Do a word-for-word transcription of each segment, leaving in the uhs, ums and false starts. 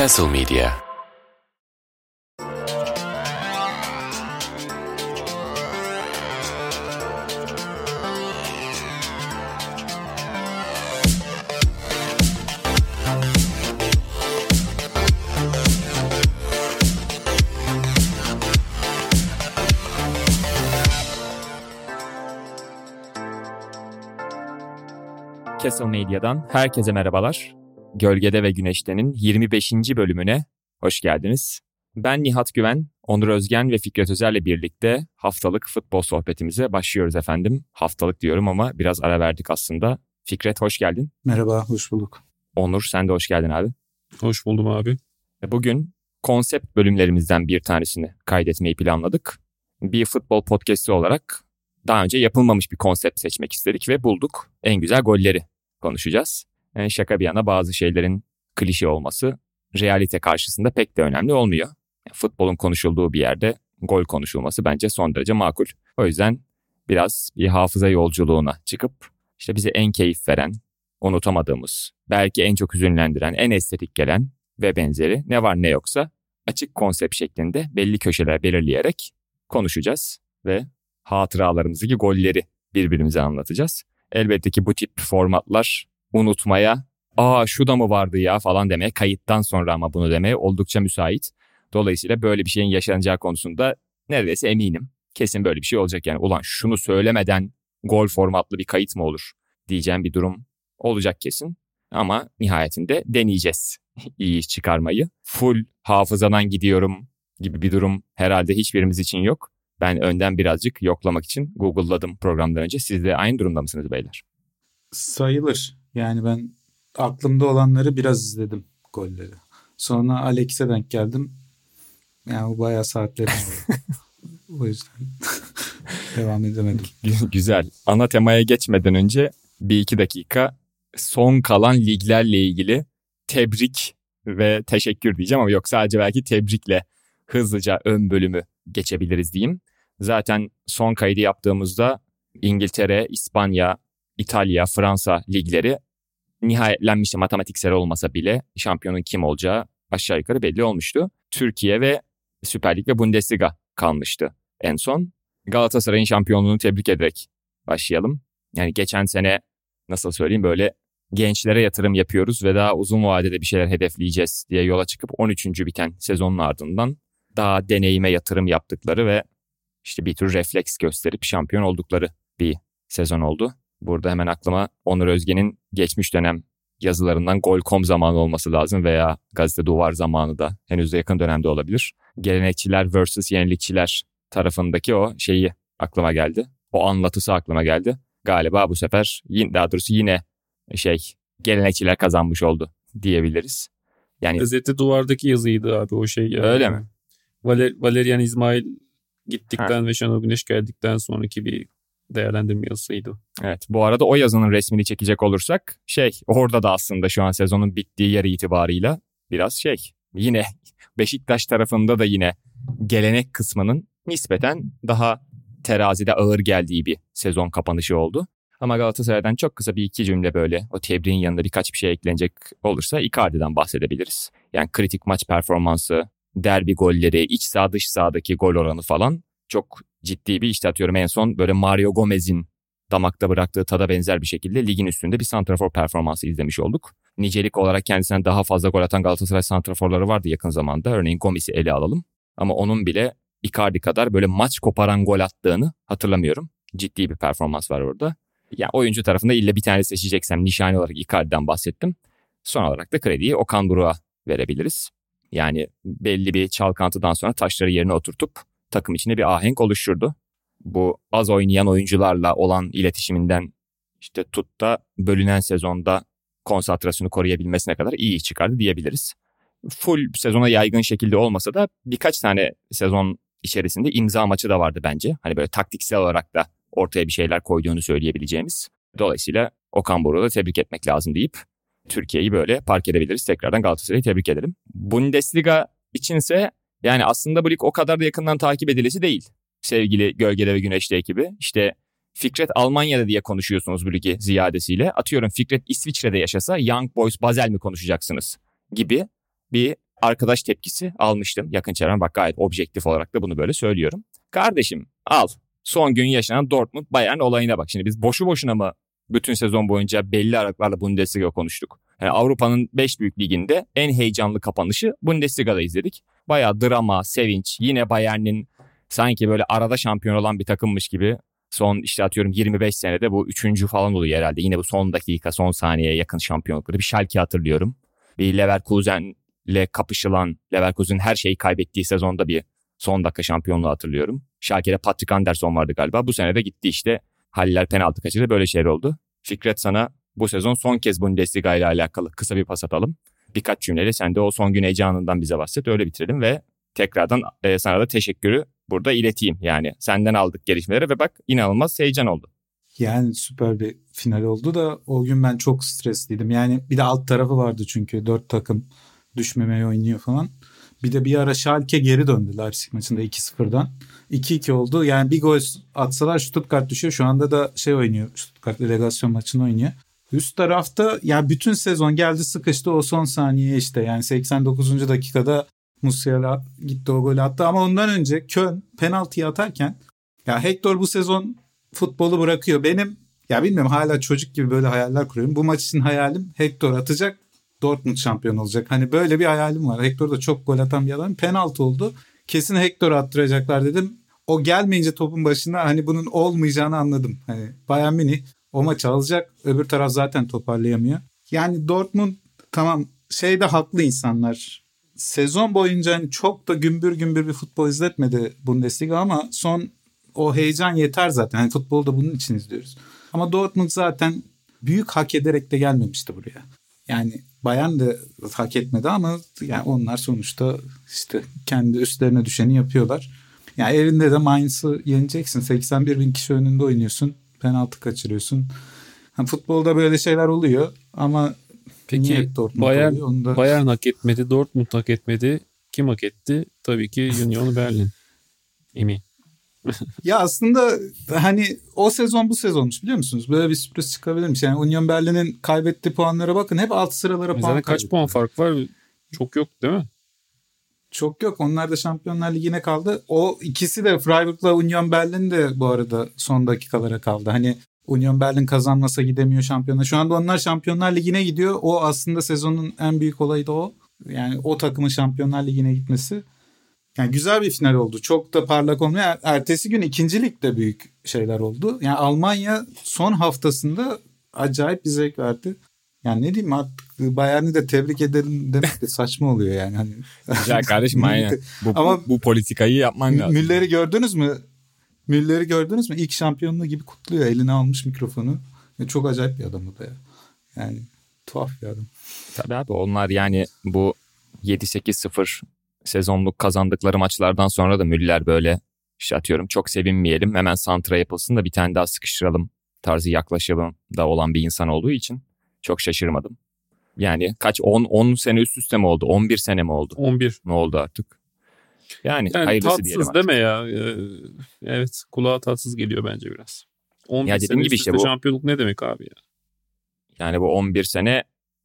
Castle Media. Castle Media'dan herkese merhabalar. Gölgede ve Güneşte'nin yirmi beşinci bölümüne hoş geldiniz. Ben Nihat Güven, Onur Özgen ve Fikret Özer'le birlikte haftalık futbol sohbetimize başlıyoruz efendim. Haftalık diyorum ama biraz ara verdik aslında. Fikret hoş geldin. Merhaba, hoş bulduk. Onur sen de hoş geldin abi. Hoş buldum abi. Bugün konsept bölümlerimizden bir tanesini kaydetmeyi planladık. Bir futbol podcast'i olarak daha önce yapılmamış bir konsept seçmek istedik ve bulduk. En güzel golleri konuşacağız. Yani şaka bir yana bazı şeylerin klişe olması realite karşısında pek de önemli olmuyor. Futbolun konuşulduğu bir yerde gol konuşulması bence son derece makul. O yüzden biraz bir hafıza yolculuğuna çıkıp işte bize en keyif veren, unutamadığımız, belki en çok hüzünlendiren, en estetik gelen ve benzeri ne var ne yoksa açık konsept şeklinde belli köşeler belirleyerek konuşacağız ve hatıralarımızdaki golleri birbirimize anlatacağız. Elbette ki bu tip formatlar unutmaya, aa şu da mı vardı ya falan demeye, kayıttan sonra ama bunu demeye oldukça müsait. Dolayısıyla böyle bir şeyin yaşanacağı konusunda neredeyse eminim. Kesin böyle bir şey olacak yani. Ulan şunu söylemeden gol formatlı bir kayıt mı olur diyeceğim bir durum olacak kesin. Ama nihayetinde deneyeceğiz iyi iş çıkarmayı. Full hafızadan gidiyorum gibi bir durum herhalde hiçbirimiz için yok. Ben önden birazcık yoklamak için Google'ladım programdan önce. Siz de aynı durumda mısınız beyler? Sayılır. Yani ben aklımda olanları biraz izledim, golleri. Sonra Alex'e denk geldim. Yani o bayağı saatler o yüzden devam edemedim. Güzel. Ana temaya geçmeden önce bir iki dakika son kalan liglerle ilgili tebrik ve teşekkür diyeceğim ama yok, sadece belki tebrikle hızlıca ön bölümü geçebiliriz diyeyim. Zaten son kaydı yaptığımızda İngiltere, İspanya, İtalya, Fransa ligleri nihayetlenmişti. Matematiksel olmasa bile şampiyonun kim olacağı aşağı yukarı belli olmuştu. Türkiye ve Süper Lig ve Bundesliga kalmıştı en son. Galatasaray'ın şampiyonluğunu tebrik ederek başlayalım. Yani geçen sene nasıl söyleyeyim, böyle gençlere yatırım yapıyoruz ve daha uzun vadede bir şeyler hedefleyeceğiz diye yola çıkıp on üçüncü biten sezonun ardından daha deneyime yatırım yaptıkları ve işte bir tür refleks gösterip şampiyon oldukları bir sezon oldu. Burada hemen aklıma Onur Özgen'in geçmiş dönem yazılarından gol nokta com zamanı olması lazım veya Gazete Duvar zamanı da henüz de yakın dönemde olabilir. Gelenekçiler versus yenilikçiler tarafındaki o şeyi aklıma geldi. O anlatısı aklıma geldi. Galiba bu sefer daha doğrusu yine şey gelenekçiler kazanmış oldu diyebiliriz. Yani Gazete Duvar'daki yazıydı abi o şey. Yani. Öyle mi? Valer, Valerian İsmail gittikten ha. ve Şenol Güneş geldikten sonraki bir değerlendirme yazısıydı. Evet, bu arada o yazının resmini çekecek olursak şey orada da aslında şu an sezonun bittiği yer itibarıyla biraz şey yine Beşiktaş tarafında da yine gelenek kısmının nispeten daha terazide ağır geldiği bir sezon kapanışı oldu. Ama Galatasaray'dan çok kısa bir iki cümle böyle o tebriğin yanında birkaç bir şey eklenecek olursa Icardi'den bahsedebiliriz. Yani kritik maç performansı, derbi golleri, iç saha dış sahadaki gol oranı falan çok ciddi bir işte, atıyorum en son böyle Mario Gomez'in damakta bıraktığı tada benzer bir şekilde ligin üstünde bir santrafor performansı izlemiş olduk. Nicelik olarak kendisinden daha fazla gol atan Galatasaray santraforları vardı yakın zamanda. Örneğin Gomis'i ele alalım. Ama onun bile Icardi kadar böyle maç koparan gol attığını hatırlamıyorum. Ciddi bir performans var orada. Yani oyuncu tarafında illa bir tane seçeceksem nişane olarak Icardi'den bahsettim. Son olarak da krediyi Okan Buruk'a verebiliriz. Yani belli bir çalkantıdan sonra taşları yerine oturtup takım içinde bir ahenk oluşturdu. Bu az oynayan oyuncularla olan iletişiminden işte tut da bölünen sezonda konsantrasyonu koruyabilmesine kadar iyi iş çıkardı diyebiliriz. Full sezona yaygın şekilde olmasa da birkaç tane sezon içerisinde imza maçı da vardı bence. Hani böyle taktiksel olarak da ortaya bir şeyler koyduğunu söyleyebileceğimiz. Dolayısıyla Okan Buruk'u da tebrik etmek lazım deyip Türkiye'yi böyle park edebiliriz. Tekrardan Galatasaray'ı tebrik edelim. Bundesliga içinse yani aslında bu lig o kadar da yakından takip edilesi değil. Sevgili Gölgede ve Güneşte ekibi. İşte Fikret Almanya'da diye konuşuyorsunuz bu ligi ziyadesiyle. Atıyorum Fikret İsviçre'de yaşasa Young Boys Basel mi konuşacaksınız gibi bir arkadaş tepkisi almıştım yakın çevrem. Bak gayet objektif olarak da bunu böyle söylüyorum. Kardeşim al son gün yaşanan Dortmund Bayern olayına bak. Şimdi biz boşu boşuna mı bütün sezon boyunca belli aralıklarla Bundesliga konuştuk? Yani Avrupa'nın beş büyük liginde en heyecanlı kapanışı Bundesliga'da izledik. Bayağı drama, sevinç, yine Bayern'in sanki böyle arada şampiyon olan bir takımmış gibi son işte atıyorum yirmi beş senede bu üçüncü falan oluyor herhalde. Yine bu son dakika, son saniyeye yakın şampiyonlukları. Bir Schalke hatırlıyorum. Bir Leverkusen'le kapışılan, Leverkusen'in her şeyi kaybettiği sezonda bir son dakika şampiyonluğu hatırlıyorum. Schalke'de Patrick Anderson vardı galiba. Bu sene de gitti işte. Haliler penaltı kaçırdı. Böyle şeyler oldu. Fikret, sana bu sezon son kez Bundesliga ile alakalı kısa bir pas atalım. Birkaç cümleyle sen de o son gün heyecanından bize bahset. Öyle bitirelim ve tekrardan e, sana da teşekkürü burada ileteyim. Yani senden aldık gelişmeleri ve bak inanılmaz heyecan oldu. Yani süper bir final oldu da o gün ben çok stresliydim. Yani bir de alt tarafı vardı çünkü dört takım düşmemeye oynuyor falan. Bir de bir ara Schalke geri döndü Leipzig maçında iki sıfırdan. iki iki oldu. Yani bir gol atsalar Stuttgart düşüyor. Şu anda da şey oynuyor. Stuttgart relegasyon maçını oynuyor. Üst tarafta ya bütün sezon geldi sıkıştı o son saniye işte. Yani seksen dokuzuncu dakikada Musiala gitti o golü attı. Ama ondan önce Köln penaltıyı atarken ya Hector bu sezon futbolu bırakıyor. Benim ya bilmiyorum hala çocuk gibi böyle hayaller kuruyorum. Bu maç için hayalim Hector atacak. Dortmund şampiyon olacak. Hani böyle bir hayalim var. Hector da çok gol atan bir adam. Penaltı oldu. Kesin Hector'u attıracaklar dedim. O gelmeyince topun başına hani bunun olmayacağını anladım. Hani Bayern Münih o maçı alacak. Öbür taraf zaten toparlayamıyor. Yani Dortmund tamam şeyde haklı insanlar. Sezon boyunca hani çok da gümbür gümbür bir futbol izletmedi Bundesliga ama son o heyecan yeter zaten. Yani futbolu da bunun için izliyoruz. Ama Dortmund zaten büyük hak ederek de gelmemişti buraya. Yani Bayern de hak etmedi ama yani onlar sonuçta işte kendi üstlerine düşeni yapıyorlar. Yani evinde de Mainz'ı yeneceksin. seksen bir bin kişi önünde oynuyorsun. Penaltı kaçırıyorsun. Yani futbolda böyle şeyler oluyor ama peki Bayern, da... Bayern hak etmedi, Dortmund hak etmedi. Kim hak etti? Tabii ki Union Berlin. Emi. Ya aslında hani o sezon bu sezonmuş biliyor musunuz? Böyle bir sürpriz çıkabilirmiş. Yani Union Berlin'in kaybettiği puanlara bakın. Hep alt sıralara puan kaybetti. Kaç puan fark var? Çok yok değil mi? Çok yok. Onlar da Şampiyonlar Ligi'ne kaldı. O ikisi de Freiburg'la Union Berlin de bu arada son dakikalara kaldı. Hani Union Berlin kazanmasa gidemiyor şampiyonlar. Şu anda onlar Şampiyonlar Ligi'ne gidiyor. O aslında sezonun en büyük olayı da o. Yani o takımın Şampiyonlar Ligi'ne gitmesi. Yani güzel bir final oldu. Çok da parlak olmuyor. Ertesi gün ikinci ligde büyük şeyler oldu. Yani Almanya son haftasında acayip bir zevk verdi. Yani ne diyeyim artık Bayern'i de tebrik edelim demek de saçma oluyor yani. Hani güzel kardeşim aynen. Bu, Ama bu politikayı yapman lazım. Müller'i gördünüz mü? Müller'i gördünüz mü? İlk şampiyonluğu gibi kutluyor. Eline almış mikrofonu. Yani çok acayip bir adam o da ya. Yani tuhaf bir adam. Tabii abi onlar yani bu yedi sekiz sıfır sezonluk kazandıkları maçlardan sonra da Müller böyle işte atıyorum çok sevinmeyelim hemen santra yapılsın da bir tane daha sıkıştıralım tarzı yaklaşımı da olan bir insan olduğu için çok şaşırmadım. Yani kaç on on sene üst üste mi oldu? on bir sene mi oldu? on bir Ne oldu artık? Yani, yani hayırlısı diyelim artık. Tatsız deme ya. Ee, evet kulağa tatsız geliyor bence biraz. on bir ya sene gibi üst işte üste bu, şampiyonluk ne demek abi ya? Yani bu on bir sene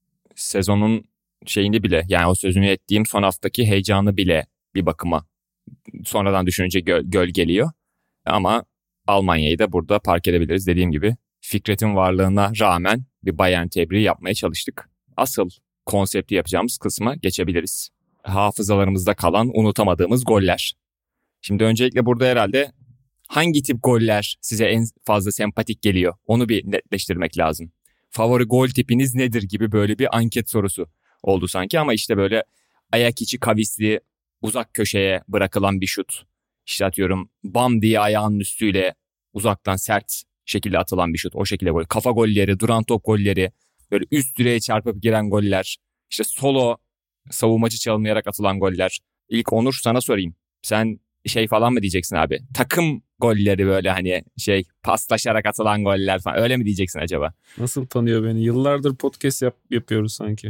sezonun şeyini bile yani o sözünü ettiğim son haftaki heyecanı bile bir bakıma sonradan düşününce göl, göl geliyor. Ama Almanya'yı da burada park edebiliriz. Dediğim gibi Fikret'in varlığına rağmen bir Bayern tebriği yapmaya çalıştık. Asıl konsepti yapacağımız kısma geçebiliriz. Hafızalarımızda kalan unutamadığımız goller. Şimdi öncelikle burada herhalde hangi tip goller size en fazla sempatik geliyor? Onu bir netleştirmek lazım. Favori gol tipiniz nedir gibi böyle bir anket sorusu oldu sanki ama işte böyle ayak içi kavisli uzak köşeye bırakılan bir şut. İşte atıyorum bam diye ayağının üstüyle uzaktan sert şekilde atılan bir şut. O şekilde gol. Kafa golleri, duran top golleri, böyle üst direğe çarpıp giren goller. İşte solo savunmacı çalımlayarak atılan goller. İlk Onur sana sorayım. Sen şey falan mı diyeceksin abi? Takım golleri böyle hani şey paslaşarak atılan goller falan öyle mi diyeceksin acaba? Nasıl tanıyor beni? Yıllardır podcast yap, yapıyoruz sanki.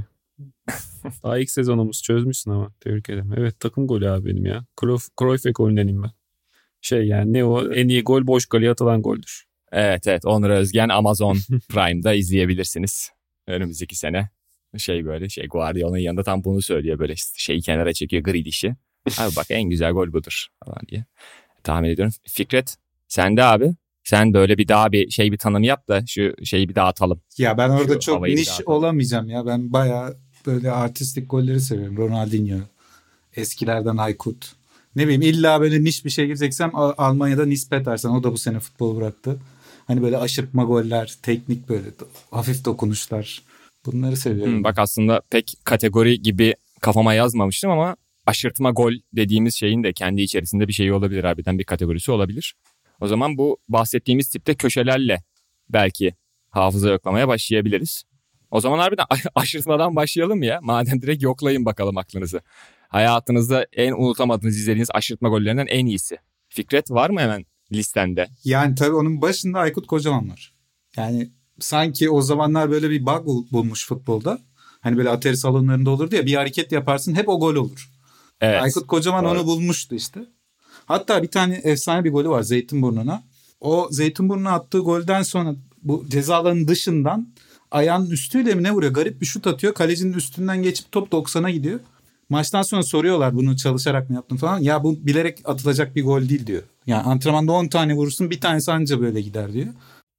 Daha ilk sezonumuz çözmüşsün ama tebrik ederim. Evet takım golü abi benim ya. Cruyff, Cruyff ekolündenim ben. Şey yani ne o en iyi gol boş kaleye atılan goldür. Evet evet Onur Özgen Amazon Prime'da izleyebilirsiniz önümüzdeki sene. Şey böyle şey Guardiola'nın yanında tam bunu söylüyor böyle şeyi kenara çekiyor Grealish'i. Abi bak en güzel gol budur falan diye tahmin ediyorum. Fikret sen de abi sen böyle bir daha bir şey bir tanım yap da şu şeyi bir dağıtalım. Ya ben orada Şu çok havayı bir niş dağıtalım. olamayacağım ya. Ben bayağı böyle artistik golleri seviyorum. Ronaldinho, eskilerden Aykut. Ne bileyim illa böyle niş bir şey gireceksem Al- Almanya'da Nice Petersen, o da bu sene futbol bıraktı. Hani böyle aşırtma goller, teknik böyle hafif dokunuşlar. Bunları seviyorum. Hmm, bak aslında pek kategori gibi kafama yazmamıştım ama aşırtma gol dediğimiz şeyin de kendi içerisinde bir şeyi olabilir, harbiden bir kategorisi olabilir. O zaman bu bahsettiğimiz tipte köşelerle belki hafıza yoklamaya başlayabiliriz. O zaman harbiden aşırtmadan başlayalım ya. Madem direkt yoklayın bakalım aklınızı. Hayatınızda en unutamadığınız izlediğiniz aşırtma gollerinden en iyisi. Fikret var mı hemen listende? Yani tabii onun başında Aykut Kocaman var. Yani sanki o zamanlar böyle bir bug bul- bulmuş futbolda. Hani böyle atari salonlarında olurdu ya, bir hareket yaparsın hep o gol olur. Evet. Aykut Kocaman Doğru. onu bulmuştu işte. Hatta bir tane efsane bir golü var Zeytinburnu'na. O Zeytinburnu'na attığı golden sonra bu ceza alanının dışından ayağının üstüyle mi ne vuruyor? Garip bir şut atıyor. Kalecinin üstünden geçip top doksana gidiyor. Maçtan sonra soruyorlar bunu çalışarak mı yaptın falan. Ya bu bilerek atılacak bir gol değil diyor. Yani antrenmanda on tane vurursun bir tanesi anca böyle gider diyor.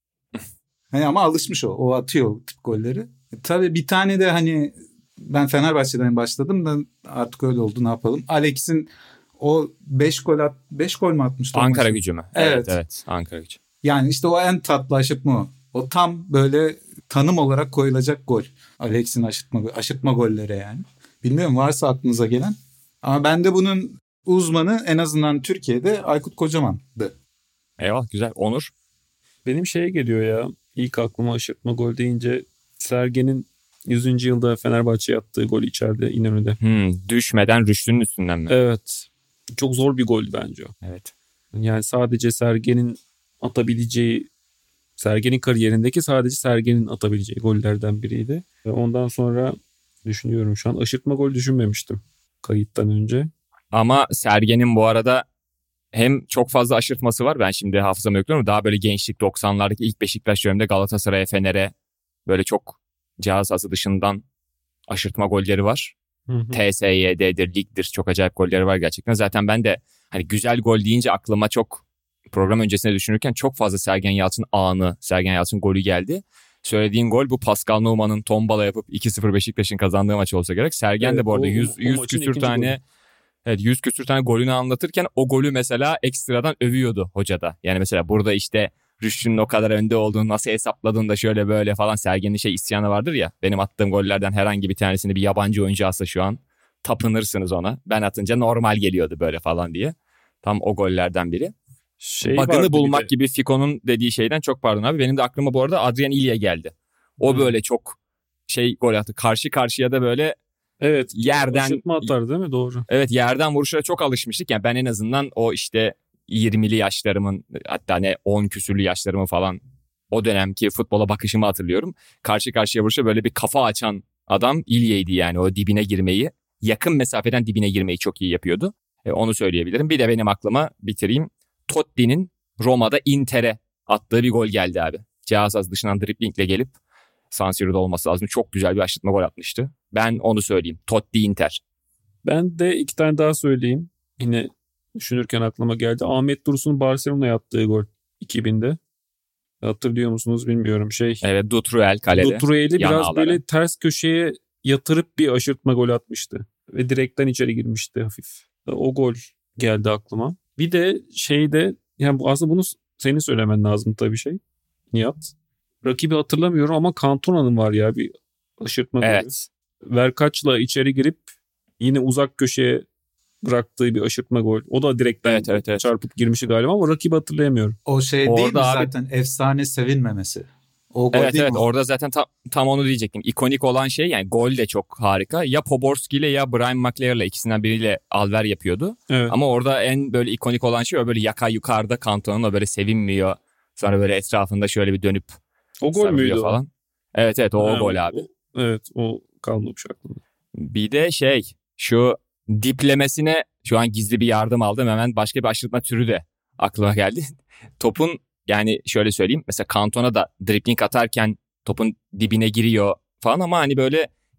Hani ama alışmış o. O atıyor o tip golleri. E, tabii bir tane de hani ben Fenerbahçe'den başladım da artık öyle oldu, ne yapalım. Alex'in o beş gol at beş gol mü atmıştı? Ankara Gücü mü? Evet. Evet evet Ankara Gücü. Yani işte o en tatlı aşırtma o. O tam böyle tanım olarak koyulacak gol. Alex'in aşırtma, aşırtma golleri yani. Bilmiyorum varsa aklınıza gelen. Ama ben de bunun uzmanı en azından Türkiye'de Aykut Kocaman'dı. Eyvallah, güzel. Onur? Benim şeye geliyor ya. İlk aklıma aşırtma gol deyince Sergen'in yüzüncü yılda Fenerbahçe'ye attığı gol içeride İnönü'de. Hmm, düşmeden Rüştü'nün üstünden mi? Evet. Çok zor bir goldü bence o. Evet. Yani sadece Sergen'in atabileceği, Sergen'in kariyerindeki sadece Sergen'in atabileceği gollerden biriydi. Ve ondan sonra düşünüyorum şu an aşırtma gol düşünmemiştim kayıttan önce. Ama Sergen'in bu arada hem çok fazla aşırtması var. Ben şimdi hafızamı yokluyorum. Daha böyle gençlik doksanlardaki ilk Beşiktaş döneminde Galatasaray'a, Fener'e böyle çok cihaz sahası dışından aşırtma golleri var. Hı hı. T S Y D'dir, ligdir. Çok acayip golleri var gerçekten. Zaten ben de hani güzel gol deyince aklıma çok program öncesinde düşünürken çok fazla Sergen Yalçın anı, Sergen Yalçın golü geldi. Söylediğin gol bu Pascal Nouma'nın tombala yapıp iki sıfır Beşiktaş'ın kazandığı maç olsa gerek. Sergen Evet, de bu arada o- yüz, o yüz maçın küsür ikinci tane golü. evet yüz küsür tane golünü anlatırken o golü mesela ekstradan övüyordu hocada. Yani mesela burada işte Rüştü'nün o kadar önde olduğunu nasıl hesapladın da şöyle böyle falan, Sergen'in şey isyanı vardır ya. Benim attığım gollerden herhangi bir tanesini bir yabancı oyuncu atsa şu an tapınırsınız ona. Ben atınca normal geliyordu böyle falan diye. Tam o gollerden biri. Şey vardı Bug'ını bir bulmak de. gibi Fiko'nun dediği şeyden çok pardon abi. Benim de aklıma bu arada Adrian İlya geldi. O Hı. böyle çok şey gol attı. Karşı karşıya da böyle Evet. yerden Aşırtma atar değil mi? Doğru. evet yerden vuruşlara çok alışmıştık. Yani ben en azından o işte yirmili yaşlarımın hatta ne on küsürlü yaşlarımı falan o dönemki futbola bakışımı hatırlıyorum. Karşı karşıya vuruşa böyle bir kafa açan adam İlya'ydı yani, o dibine girmeyi, yakın mesafeden dibine girmeyi çok iyi yapıyordu. E, onu söyleyebilirim. Bir de benim aklıma bitireyim. Totti'nin Roma'da Inter'e attığı bir gol geldi abi. Cihazsız dışından driblingle gelip San Siro'da olması lazım. Çok güzel bir aşırtma gol atmıştı. Ben onu söyleyeyim. Totti Inter. Ben de iki tane daha söyleyeyim. Yine düşünürken aklıma geldi. Ahmet Dursun'un Barcelona'ya attığı gol iki binde. Hatırlıyor musunuz bilmiyorum. Şey, Evet, Dutruel kalede. Dutruel'i Yan biraz ağlara. böyle ters köşeye yatırıp bir aşırtma gol atmıştı. Ve direkten içeri girmişti hafif. O gol geldi aklıma. Bir de şeyde, yani bu aslında bunu senin söylemen lazım tabii şey. Nihat. Rakibi hatırlamıyorum ama Cantona'nın var ya bir aşırtma golü. Evet. Verkaç'la içeri girip yine uzak köşeye bıraktığı bir aşırtma gol. O da direkten Evet, evet, evet. çarpıp girmişi galiba ama rakibi hatırlayamıyorum. O şey Orada değil mi abi- zaten efsane sevinmemesi? O gol Evet değil evet mi? orada zaten tam, tam onu diyecektim. İkonik olan şey, yani gol de çok harika. Ya Poborski ile ya Brian McLaren'la ikisinden biriyle alver yapıyordu. Evet. Ama orada en böyle ikonik olan şey o böyle yaka yukarıda Cantona'nın o böyle sevinmiyor. Sonra böyle etrafında şöyle bir dönüp O gol sarılıyor müydü o? falan. Evet evet o, o Ha, gol abi. o- evet o kalmamış aklımda. Bir de şey şu diplemesine şu an gizli bir yardım aldım. Hemen başka bir aşırtma türü de aklıma geldi. Topun yani şöyle söyleyeyim. Mesela Cantona da dribbling atarken topun dibine giriyor falan ama hani böyle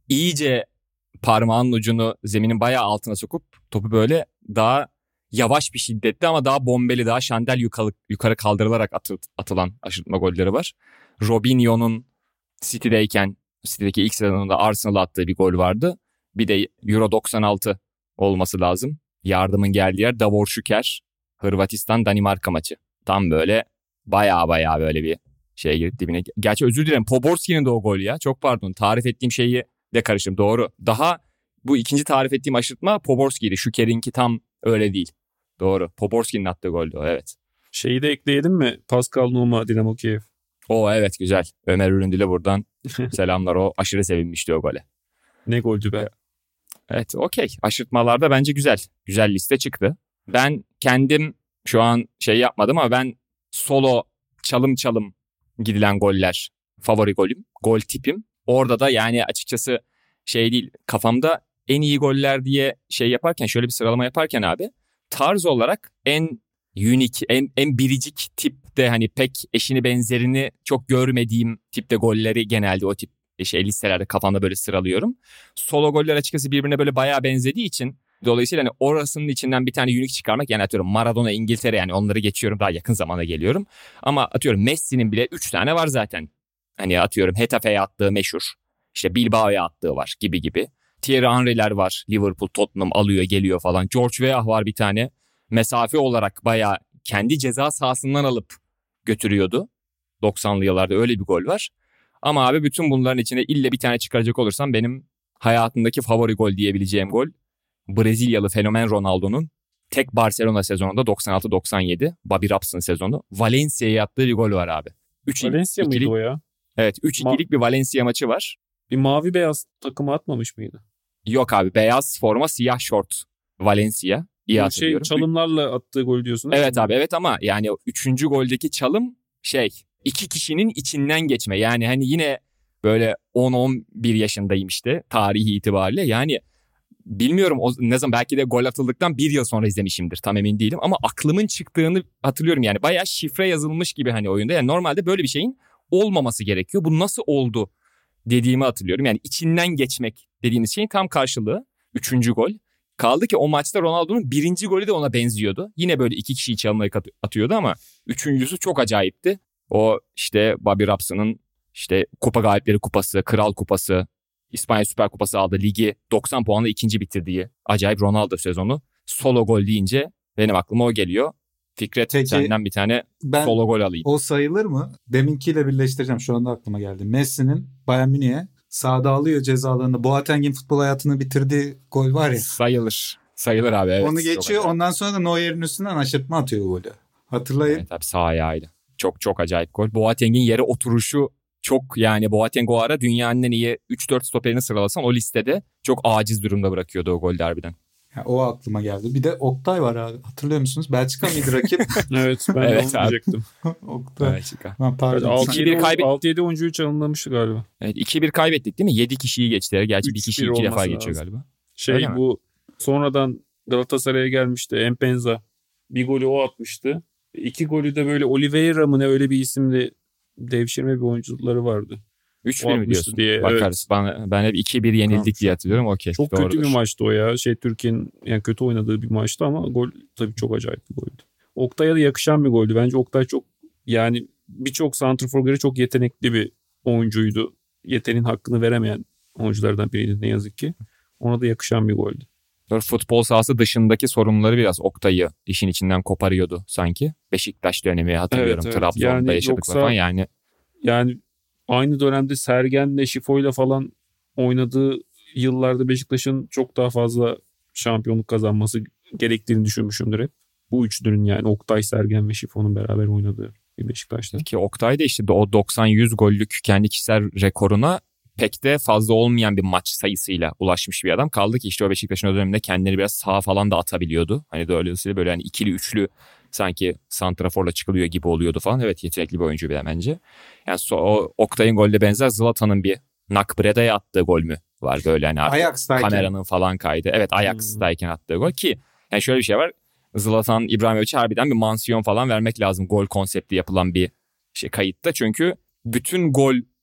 iyice parmağının ucunu zeminin bayağı altına sokup topu böyle daha yavaş bir şiddetli ama daha bombeli, daha şandel yukarı, yukarı kaldırılarak atı, atılan aşırtma golleri var. Robinho'nun City'deyken, City'deki ilk sezonunda Arsenal'a attığı bir gol vardı. Bir de Euro doksan altı olması lazım. Yardımın geldiği yer Davor Şüker, Hırvatistan Danimarka maçı. Tam böyle baya baya böyle bir şeye girip dibine. Gerçi özür dilerim, Poborski'nin de o gol ya. Çok pardon, tarif ettiğim şeyi de karıştım. Doğru. Daha bu ikinci tarif ettiğim aşırtma Poborski'ydi. Şüker'inki tam öyle değil. Doğru. Poborski'nin attığı goldü o, evet. Şeyi de ekleyelim mi? Pascal Nouma, Dinamo Kiev. O evet, güzel. Ömer Üründül'e buradan selamlar. O aşırı sevinmişti o gole. Ne goldü be. Evet, okey. Aşırtmalarda bence güzel. Güzel liste çıktı. Ben kendim şu an şey yapmadım ama ben solo çalım çalım gidilen goller favori golüm. Gol tipim. Orada da yani açıkçası şey değil, kafamda en iyi goller diye şey yaparken, şöyle bir sıralama yaparken abi, tarz olarak en unique, en, en biricik tipte, hani pek eşini benzerini çok görmediğim tipte golleri genelde o tip şey listelerde kafamda böyle sıralıyorum. Solo goller açıkçası birbirine böyle bayağı benzediği için dolayısıyla hani orasının içinden bir tane unique çıkarmak, yani atıyorum Maradona İngiltere, yani onları geçiyorum, daha yakın zamana geliyorum. Ama atıyorum Messi'nin bile üç tane var zaten. Hani atıyorum Hetafe'ye attığı meşhur, işte Bilbao'ya attığı var gibi gibi. Thierry Henry'ler var, Liverpool, Tottenham alıyor geliyor falan. George Weah var bir tane, mesafe olarak bayağı kendi ceza sahasından alıp götürüyordu. doksanlı yıllarda öyle bir gol var. Ama abi bütün bunların içinde ille bir tane çıkaracak olursam benim hayatımdaki favori gol diyebileceğim gol Brezilyalı fenomen Ronaldo'nun tek Barcelona sezonunda doksan altı doksan yedi, Bobby Robson sezonu, Valencia'ya attığı bir gol var abi. üç Valencia ikilik, mıydı o ya? Evet, üç ikilik Ma- bir Valencia maçı var. Bir mavi beyaz takımı atmamış mıydı? Yok abi, beyaz forma siyah şort Valencia. İyi hatırlıyorum. Şey, çalımlarla attığı gol diyorsun. Evet abi, evet, ama yani üçüncü goldeki çalım şey, iki kişinin içinden geçme. Yani hani yine böyle on on bir yaşındayım işte tarihi itibariyle. Yani bilmiyorum o, ne zaman, belki de gol atıldıktan bir yıl sonra izlemişimdir, tam emin değilim. Ama aklımın çıktığını hatırlıyorum, yani bayağı şifre yazılmış gibi hani oyunda. Yani normalde böyle bir şeyin olmaması gerekiyor. Bu nasıl oldu dediğimi hatırlıyorum. Yani içinden geçmek dediğimiz şeyin tam karşılığı üçüncü gol. Kaldı ki o maçta Ronaldo'nun birinci golü de ona benziyordu. Yine böyle iki kişiyi çalımlayıp atıyordu ama üçüncüsü çok acayipti. O işte Bobby Robson'ın işte Kupa Galipleri Kupası, Kral Kupası, İspanya Süper Kupası aldı, ligi doksan puanla ikinci bitirdiği acayip Ronaldo sezonu. Solo gol deyince benim aklıma o geliyor. Fikret, peki, senden bir tane solo gol alayım. O sayılır mı? Deminkiyle birleştireceğim, şu anda aklıma geldi. Messi'nin Bayern Münih'e sahada alıyor cezalarını, Boateng'in futbol hayatını bitirdiği gol var ya. Sayılır. Sayılır abi, evet. Onu geçiyor, ondan sonra da Neuer'in üstünden aşırtma atıyor golü. Hatırlayın. Evet abi, sağ ayağıydı. Çok çok acayip gol. Boateng'in yere oturuşu çok, yani Boateng o ara dünyanın en iyi üç dört stoperini sıralasan o listede çok aciz durumda bırakıyordu o golde harbiden. Ya, o aklıma geldi. Bir de Oktay var abi. Hatırlıyor musunuz? Belçika mıydı rakip? Evet, ben evet, de onu diyecektim. Oktay. Belçika. Ha, pardon. altı yedi oyuncuyu çalınlamıştı galiba. Evet, iki bir kaybettik değil mi? yedi kişiyi geçtiler. Gerçi bir kişi iki defa geçiyor galiba. Şey öyle bu mi? Sonradan Galatasaray'a gelmişti Empenza. Bir golü o atmıştı. İki golü de böyle Oliveira mı ne, öyle bir isimli devşirme bir oyuncuları vardı. üç bir mi diyorsun? Diye, bakarız. Evet. Ben, ben hep iki bir yenildik tamam diye hatırlıyorum. Okey. Çok doğrudur. Kötü bir maçtı o ya. Şey, Türkiye'nin yani kötü oynadığı bir maçtı ama gol tabii çok acayip bir goldü. Oktay'a da yakışan bir goldü. Bence Oktay çok, yani birçok santrfor göre çok yetenekli bir oyuncuydu. Yeteneğin hakkını veremeyen oyunculardan biriydi ne yazık ki. Ona da yakışan bir goldü. Futbol sahası dışındaki sorunları biraz Oktay'ı işin içinden koparıyordu sanki. Beşiktaş dönemi hatırlıyorum. Evet, evet. Trabzon'da yani yaşadık falan yani. Yani aynı dönemde Sergen'le Şifo'yla falan oynadığı yıllarda Beşiktaş'ın çok daha fazla şampiyonluk kazanması gerektiğini düşünmüşümdür hep. Bu üçlünün, yani Oktay, Sergen ve Şifo'nun beraber oynadığı bir Beşiktaş'ta. Ki Oktay da işte o doksan yüz gollük kendi kişisel rekoruna pek de fazla olmayan bir maç sayısıyla ulaşmış bir adam. Kaldı ki işte o Beşiktaş'ın o döneminde kendileri biraz sağa falan da atabiliyordu. Hani de öylesiyle böyle hani ikili üçlü sanki santraforla çıkılıyor gibi oluyordu falan. Evet, yetenekli bir oyuncu bile bence. Yani so, o Oktay'ın golde benzer Zlatan'ın bir Nakbreda'ya attığı gol mü var böyle hani artık kameranın falan kaydı. Evet, Ajax'tayken hmm. attığı gol ki yani şöyle bir şey var. Zlatan İbrahimovic'e harbiden bir mansiyon falan vermek lazım gol konseptli yapılan bir şey kayıtta. Çünkü bütün gol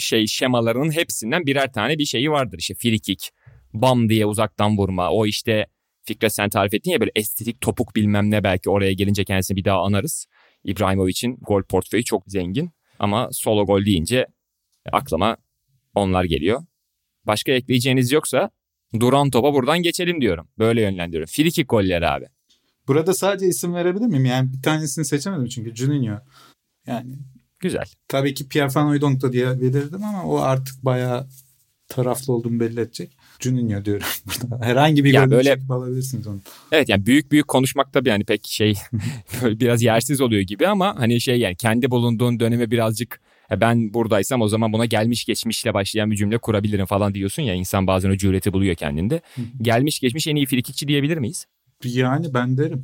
şey şemalarının hepsinden birer tane bir şeyi vardır. İşte free kick, bam diye uzaktan vurma. O işte Fikret sen tarif ettin ya böyle estetik topuk bilmem ne, belki oraya gelince kendisini bir daha anarız. İbrahimovic'in gol portföyü çok zengin ama solo gol deyince aklıma onlar geliyor. Başka ekleyeceğiniz yoksa duran topa buradan geçelim diyorum. Böyle yönlendiriyorum. Free kick golleri abi. Burada sadece isim verebilir miyim? Yani bir tanesini seçemedim çünkü Juninho. Yani güzel. Tabii ki Pierre Van Hooijdonk da diyebilirdim ama o artık bayağı taraflı olduğumu belli edecek. Juninho diyorum burada. Herhangi bir golü böyle... çekip alabilirsiniz onu. Evet yani büyük büyük konuşmak tabii yani pek şey biraz yersiz oluyor gibi ama hani şey yani kendi bulunduğun döneme birazcık ben buradaysam o zaman buna gelmiş geçmişle başlayan bir cümle kurabilirim falan diyorsun ya, insan bazen o cüreti buluyor kendinde. Gelmiş geçmiş en iyi frikikçi diyebilir miyiz? Yani ben derim.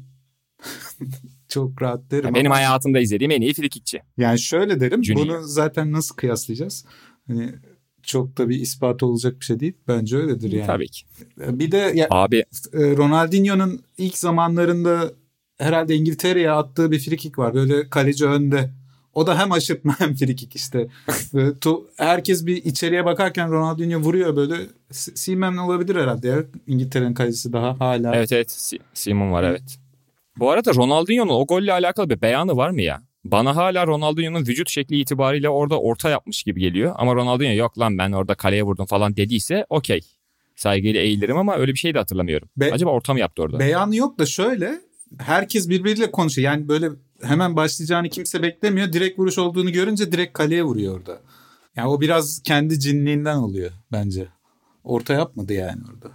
Çok rahat derim. Yani benim ama... hayatımda izlediğim en iyi frikikçi. Yani şöyle derim. Juninho. Bunu zaten nasıl kıyaslayacağız? Hani çok da bir ispat olacak bir şey değil. Bence öyledir yani. Tabii ki. Bir de ya, abi Ronaldinho'nun ilk zamanlarında herhalde İngiltere'ye attığı bir frikik var. Böyle kaleci önde. O da hem aşırtma hem frikik işte. Herkes bir içeriye bakarken Ronaldinho vuruyor böyle. Seaman olabilir herhalde ya. İngiltere'nin kalecisi daha hala. Evet evet. Seaman var evet. Bu arada Ronaldinho'nun o golle alakalı bir beyanı var mı ya? Bana hala Ronaldinho'nun vücut şekli itibariyle orada orta yapmış gibi geliyor. Ama Ronaldinho yok lan ben orada kaleye vurdum falan dediyse okey. Saygıyla eğilirim ama öyle bir şey de hatırlamıyorum. Be- Acaba orta mı yaptı orada? Beyanı yok da şöyle. Herkes birbiriyle konuşuyor. Yani böyle hemen başlayacağını kimse beklemiyor. Direkt vuruş olduğunu görünce direkt kaleye vuruyor orada. Yani o biraz kendi cinliğinden oluyor bence. Orta yapmadı yani orada.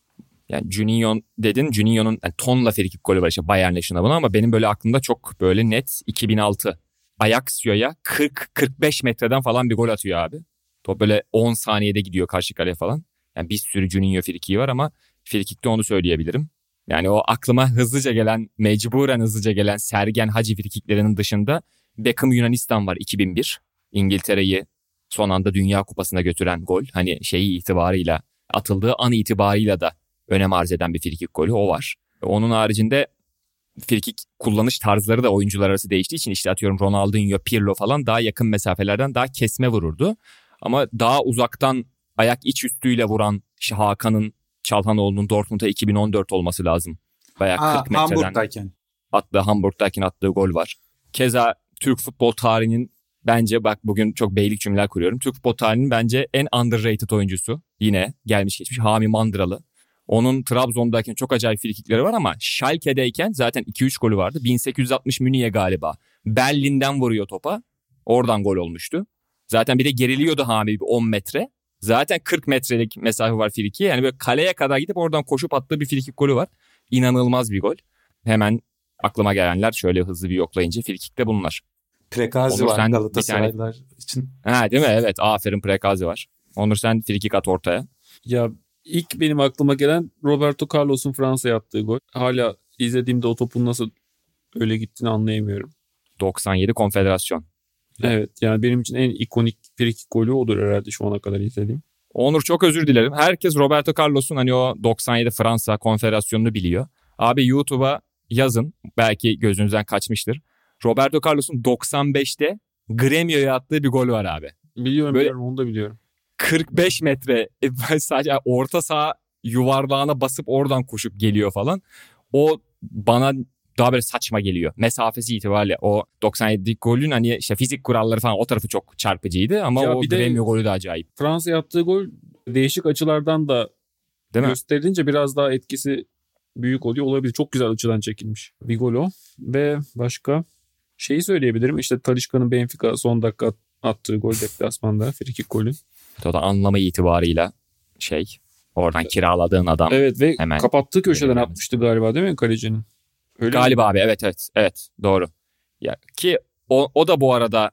Yani Juninho dedin. Juninho'nun yani tonla frikik golü var işte Bayern yaşında bunu ama benim böyle aklımda çok böyle net iki bin altı. Ajaxio'ya kırk kırk beş metreden falan bir gol atıyor abi. Top böyle on saniyede gidiyor karşı kaleye falan. Yani bir sürü Juninho frikiği var ama frikikte onu söyleyebilirim. Yani o aklıma hızlıca gelen, mecburen hızlıca gelen Sergen Hacı frikiklerinin dışında Beckham Yunanistan var iki bin bir. İngiltere'yi son anda Dünya Kupası'na götüren gol. Hani şeyi itibarıyla, atıldığı an itibarıyla da önem arz eden bir frikik golü o var. Onun haricinde frikik kullanış tarzları da oyuncular arası değiştiği için işte atıyorum Ronaldinho, Pirlo falan daha yakın mesafelerden daha kesme vururdu. Ama daha uzaktan ayak iç üstüyle vuran işte Hakan'ın, Çalhanoğlu'nun Dortmund'a iki bin on dört olması lazım. Bayağı Aa, kırk metreden Hamburg'dayken. attığı, Hamburg'dayken attığı gol var. Keza Türk futbol tarihinin bence bak bugün çok beylik cümleler kuruyorum. Türk futbol tarihinin bence en underrated oyuncusu yine gelmiş geçmiş Hami Mandıralı. Onun Trabzon'dayken çok acayip frikikleri var ama Schalke'deyken zaten iki üç golü vardı. bin sekiz yüz altmış Münih'e galiba. Berlin'den vuruyor topa. Oradan gol olmuştu. Zaten bir de geriliyordu Hami bir on metre. Zaten kırk metrelik mesafe var frikiye. Yani böyle kaleye kadar gidip oradan koşup attığı bir frikik golü var. İnanılmaz bir gol. Hemen aklıma gelenler şöyle hızlı bir yoklayınca frikikte bunlar. Prekazi Onur, var sen Galatasaraylılar tane... için. Ha değil mi? Evet aferin Prekazi var. Onur sen frikik at ortaya. Ya ilk benim aklıma gelen Roberto Carlos'un Fransa'ya attığı gol. Hala izlediğimde o topun nasıl öyle gittiğini anlayamıyorum. doksan yedi Konfederasyon. Evet yani benim için en ikonik frikik golü odur herhalde şu ana kadar izlediğim. Onur çok özür dilerim. Herkes Roberto Carlos'un hani o doksan yedi Fransa Konfederasyonunu biliyor. Abi YouTube'a yazın. Belki gözünüzden kaçmıştır. Roberto Carlos'un doksan beşte Gremio'ya attığı bir gol var abi. Biliyorum, böyle biliyorum onu da biliyorum. kırk beş metre sadece orta saha yuvarlağına basıp oradan koşup geliyor falan. O bana daha böyle saçma geliyor. Mesafesi itibariyle o doksan yedi golün hani işte fizik kuralları falan o tarafı çok çarpıcıydı ama ya o Gremio golü de acayip. Fransa'ya attığı gol değişik açılardan da değil gösterilince mi? Biraz daha etkisi büyük oluyor olabilir. Çok güzel açıdan çekilmiş bir gol o. Ve başka şeyi söyleyebilirim. İşte Talisca'nın Benfica son dakika attığı gol deplasmanda frikik golü. O da anlamı itibarıyla şey oradan kiraladığın adam. Evet ve hemen kapattığı köşeden atmıştı galiba değil mi kalecinin? Öyle galiba mi? Abi evet evet evet doğru. Ya ki o, o da bu arada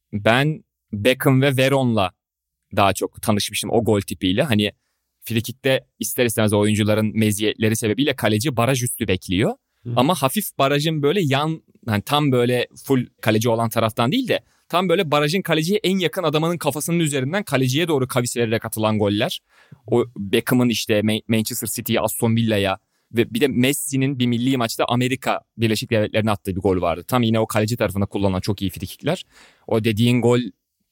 ben Beckham ve Veron'la daha çok tanışmıştım o gol tipiyle. Hani frikikte ister istemez oyuncuların meziyetleri sebebiyle kaleci baraj üstü bekliyor. Hı. Ama hafif barajın böyle yan yani tam böyle full kaleci olan taraftan değil de tam böyle barajın kaleciye en yakın adamının kafasının üzerinden kaleciye doğru kavis vererek atılan goller. O Beckham'ın işte Manchester City'ye, Aston Villa'ya ve bir de Messi'nin bir milli maçta Amerika Birleşik Devletleri'ne attığı bir gol vardı. Tam yine o kaleci tarafında kullanılan çok iyi frikikler. O dediğin gol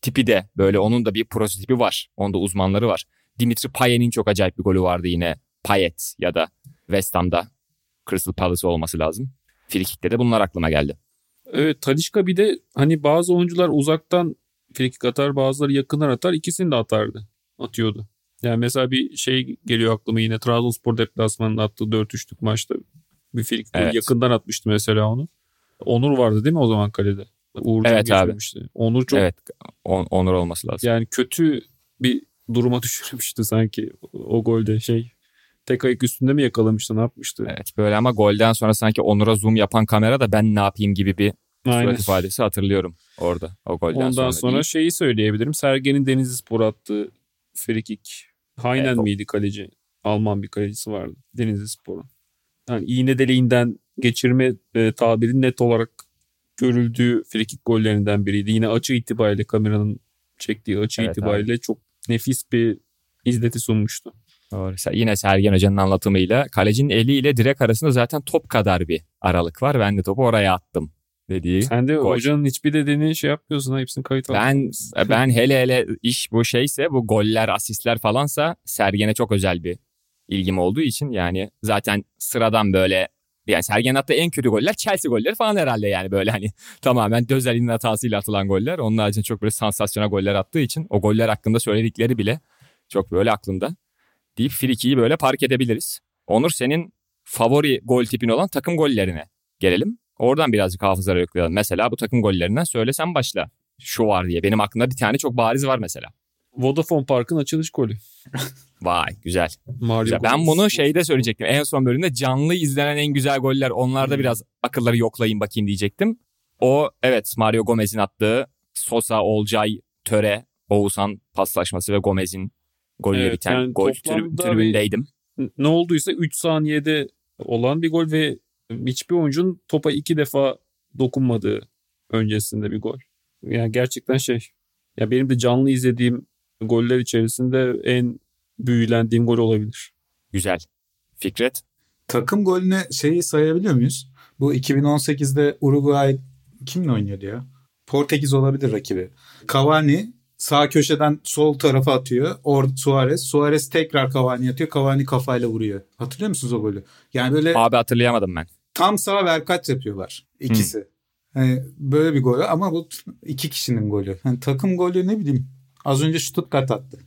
tipi de böyle, onun da bir prototipi var. Onda uzmanları var. Dimitri Payet'in çok acayip bir golü vardı yine. Payet ya da West Ham'da Crystal Palace olması lazım. Frikik'te de bunlar aklıma geldi. Evet, Talisca bir de hani bazı oyuncular uzaktan frikik atar, bazıları yakından atar. İkisini de atardı. Atıyordu. Yani mesela bir şey geliyor aklıma yine, Trabzonspor deplasmanında attığı dört üçlük maçta bir frikik Evet. yakından atmıştı mesela onu. Onur vardı değil mi o zaman kalede? Uğurcan Evet abi. geçmemişti. Onur çok Evet, on, onur olması lazım. yani kötü bir duruma düşürmüştü sanki o golde şey. Tek ayak üstünde mi yakalamıştı, ne yapmıştı? Evet, böyle ama golden sonra sanki Onur'a zoom yapan kamera da ben ne yapayım gibi bir Aynen. surat ifadesi hatırlıyorum orada o golden Ondan sonra. sonra değil. şeyi söyleyebilirim. Sergen'in Denizlispor'a attığı frikik. Haynen Evet, o- miydi kaleci? Alman bir kalecisi vardı Denizlispor'un. Yani iğne deliğinden geçirme e, tabiri net olarak görüldüğü frikik gollerinden biriydi. Yine açı itibariyle, kameranın çektiği açı Evet itibariyle çok nefis bir izleti sunmuştu. Doğru. Se- Yine Sergen Hoca'nın anlatımıyla kalecinin eliyle direk arasında zaten top kadar bir aralık var. Ben de topu oraya attım dediği. Sen de gol. hocanın hiçbir dediğini şey yapıyorsun ha, hepsini kayıt Ben almışsın. ben hele hele iş bu şeyse, bu goller, asistler falansa Sergen'e çok özel bir ilgim olduğu için, yani zaten sıradan böyle, yani Sergen'in attığı en kötü goller Chelsea golleri falan herhalde, yani böyle hani tamamen Dözel'in hatasıyla atılan goller. Onun haricinde çok böyle sansasyonel goller attığı için o goller hakkında söyledikleri bile çok böyle aklımda deyip frikiyi böyle park edebiliriz. Onur, senin favori gol tipin olan takım gollerine gelelim. Oradan birazcık hafızaları yoklayalım. Mesela bu takım gollerinden söylesen başla. Şu var diye. Benim aklımda bir tane çok bariz var mesela. Vodafone Park'ın açılış golü. Vay, güzel. Mario güzel. Ben Gomez. bunu şeyde söyleyecektim. En son bölümde canlı izlenen en güzel goller. Onlarda Hmm. biraz akılları yoklayın bakayım diyecektim. O evet, Mario Gomez'in attığı Sosa, Olcay, Töre, Oğuzhan paslaşması ve Gomez'in golüyle Evet, biten yani gol toplamda trib- tribündeydim. Ne olduysa üç saniyede olan bir gol ve hiçbir oyuncunun topa iki defa dokunmadığı öncesinde bir gol. Yani gerçekten şey, ya benim de canlı izlediğim goller içerisinde en büyülendiğim gol olabilir. Güzel. Fikret? Takım golüne şeyi sayabiliyor muyuz? Bu iki bin on sekizde Uruguay kimle oynuyordu ya? Portekiz olabilir rakibi. Cavani sağ köşeden sol tarafa atıyor. Or Suarez. Suarez tekrar Cavani atıyor. Cavani kafayla vuruyor. Hatırlıyor musunuz o golü? Yani böyle Abi hatırlayamadım ben. tam sağ verkaç yapıyorlar ikisi. Hmm. Yani böyle bir gol ama bu iki kişinin golü. Yani takım golü ne bileyim. Az önce Stuttgart attı.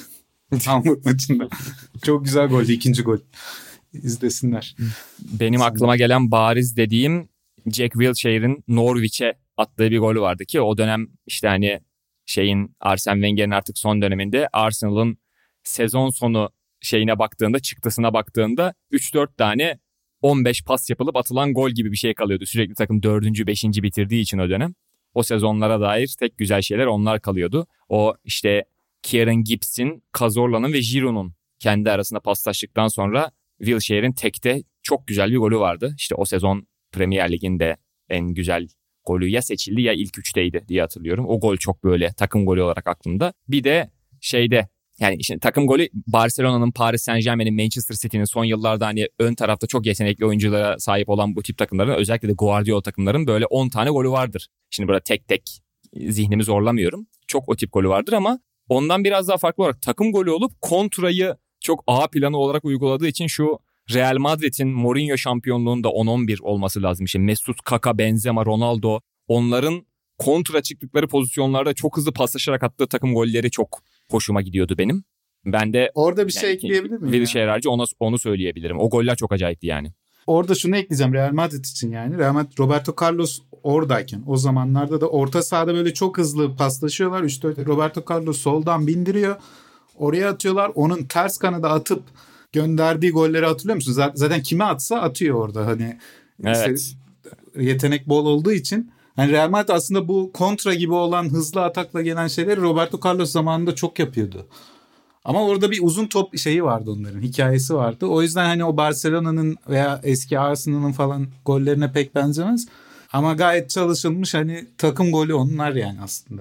Hamburg maçında. Çok güzel goldü, ikinci gol. İzlesinler. Benim aklıma gelen bariz dediğim Jack Wilshere'in Norwich'e attığı bir golü vardı ki o dönem işte hani şeyin, Arsene Wenger'in artık son döneminde Arsenal'ın sezon sonu şeyine baktığında, çıktısına baktığında üç dört tane on beş pas yapılıp atılan gol gibi bir şey kalıyordu. Sürekli takım dördüncü beşinci bitirdiği için o dönem. O sezonlara dair tek güzel şeyler onlar kalıyordu. O işte Kieran Gibbs'in, Cazorla'nın ve Giroud'un kendi arasında paslaştıktan sonra Wilshere'in tekte çok güzel bir golü vardı. İşte o sezon Premier Lig'in en güzel golü ya seçildi ya ilk üçteydi diye hatırlıyorum. O gol çok böyle takım golü olarak aklımda. Bir de şeyde, yani işte takım golü Barcelona'nın, Paris Saint-Germain'in, Manchester City'nin son yıllarda hani ön tarafta çok yetenekli oyunculara sahip olan bu tip takımların, özellikle de Guardiola takımların böyle on tane golü vardır. Şimdi burada tek tek zihnimi zorlamıyorum. Çok o tip golü vardır ama ondan biraz daha farklı olarak takım golü olup kontrayı çok A planı olarak uyguladığı için şu Real Madrid'in Mourinho şampiyonluğunda on on bir olması lazım. İşte Mesut, Kaka, Benzema, Ronaldo, onların kontra çıktıkları pozisyonlarda çok hızlı paslaşarak attığı takım golleri çok hoşuma gidiyordu benim. Ben de orada bir şey yani ekleyebilir miyim? Wilshere harici ona, onu söyleyebilirim. O goller çok acayipti yani. Orada şunu ekleyeceğim Real Madrid için yani. Real Madrid, Roberto Carlos oradayken o zamanlarda da orta sahada böyle çok hızlı paslaşıyorlar. üç dört Roberto Carlos soldan bindiriyor. Oraya atıyorlar. Onun ters kanada atıp gönderdiği golleri hatırlıyor musunuz? Zaten kime atsa atıyor orada. Hani evet. Işte yetenek bol olduğu için. Hani Real Madrid aslında bu kontra gibi olan hızlı atakla gelen şeyleri Roberto Carlos zamanında çok yapıyordu. Ama orada bir uzun top şeyi vardı onların. Hikayesi vardı. O yüzden hani o Barcelona'nın veya eski Arsenal'ın falan gollerine pek benzemez. Ama gayet çalışılmış hani takım golü onlar yani aslında.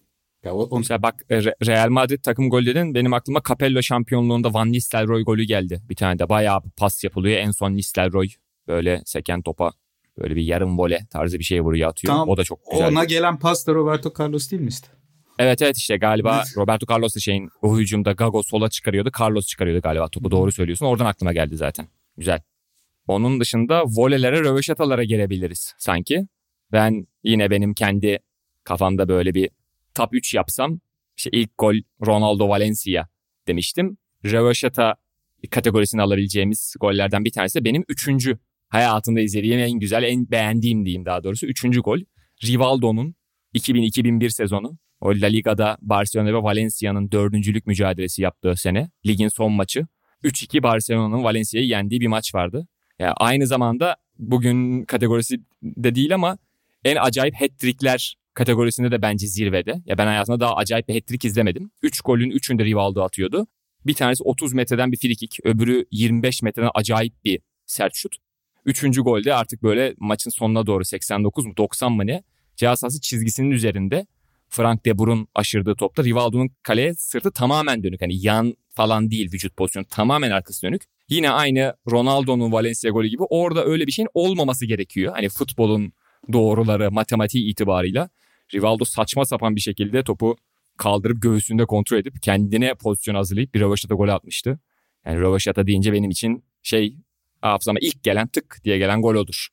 Ya o, mesela bak Real Madrid takım gollerinin benim aklıma Capello şampiyonluğunda Van Nistelrooy golü geldi. Bir tane de bayağı pas yapılıyor. En son Nistelrooy böyle seken topa böyle bir yarım vole tarzı bir şey vuruyor, atıyor. Tamam, o da çok güzel. Ona gelen pas da Roberto Carlos değil mi işte? Evet evet işte galiba Roberto Carlos da şeyin o hücumda Gago sola çıkarıyordu. Carlos çıkarıyordu galiba topu. Doğru söylüyorsun. Oradan aklıma geldi zaten. Güzel. Onun dışında volelere, röveşatalara gelebiliriz sanki. Ben yine benim kendi kafamda böyle bir top üç yapsam işte ilk gol Ronaldo Valencia demiştim. Röveşata kategorisini alabileceğimiz gollerden bir tanesi de benim üçüncü hayatımda izlediğim en güzel, en beğendiğim diyeyim daha doğrusu. Üçüncü gol Rivaldo'nun iki bin iki bin bir sezonu. O La Liga'da Barcelona ve Valencia'nın dördüncülük mücadelesi yaptığı sene. Ligin son maçı. üç iki Barcelona'nın Valencia'yı yendiği bir maç vardı. Yani aynı zamanda bugün kategorisi de değil ama en acayip hat-trickler kategorisinde de bence zirvede. Ya ben hayatımda daha acayip bir hat-trick izlemedim. üç golün üçünde Rivaldo atıyordu. Bir tanesi otuz metreden bir frikik, öbürü yirmi beş metreden acayip bir sert şut. Üçüncü golde artık böyle maçın sonuna doğru seksen dokuz mu doksan mı ne? Ceza sahası çizgisinin üzerinde Frank de Boer'un aşırdığı topta Rivaldo'nun kaleye sırtı tamamen dönük. Hani yan falan değil vücut pozisyonu, tamamen arkası dönük. Yine aynı Ronaldo'nun Valencia golü gibi orada öyle bir şeyin olmaması gerekiyor. Hani futbolun doğruları, matematiği itibarıyla Rivaldo saçma sapan bir şekilde topu kaldırıp göğsünde kontrol edip kendine pozisyon hazırlayıp bir röveşata golü atmıştı. Yani röveşata deyince benim için şey hafızama ilk gelen tık diye gelen gol odur.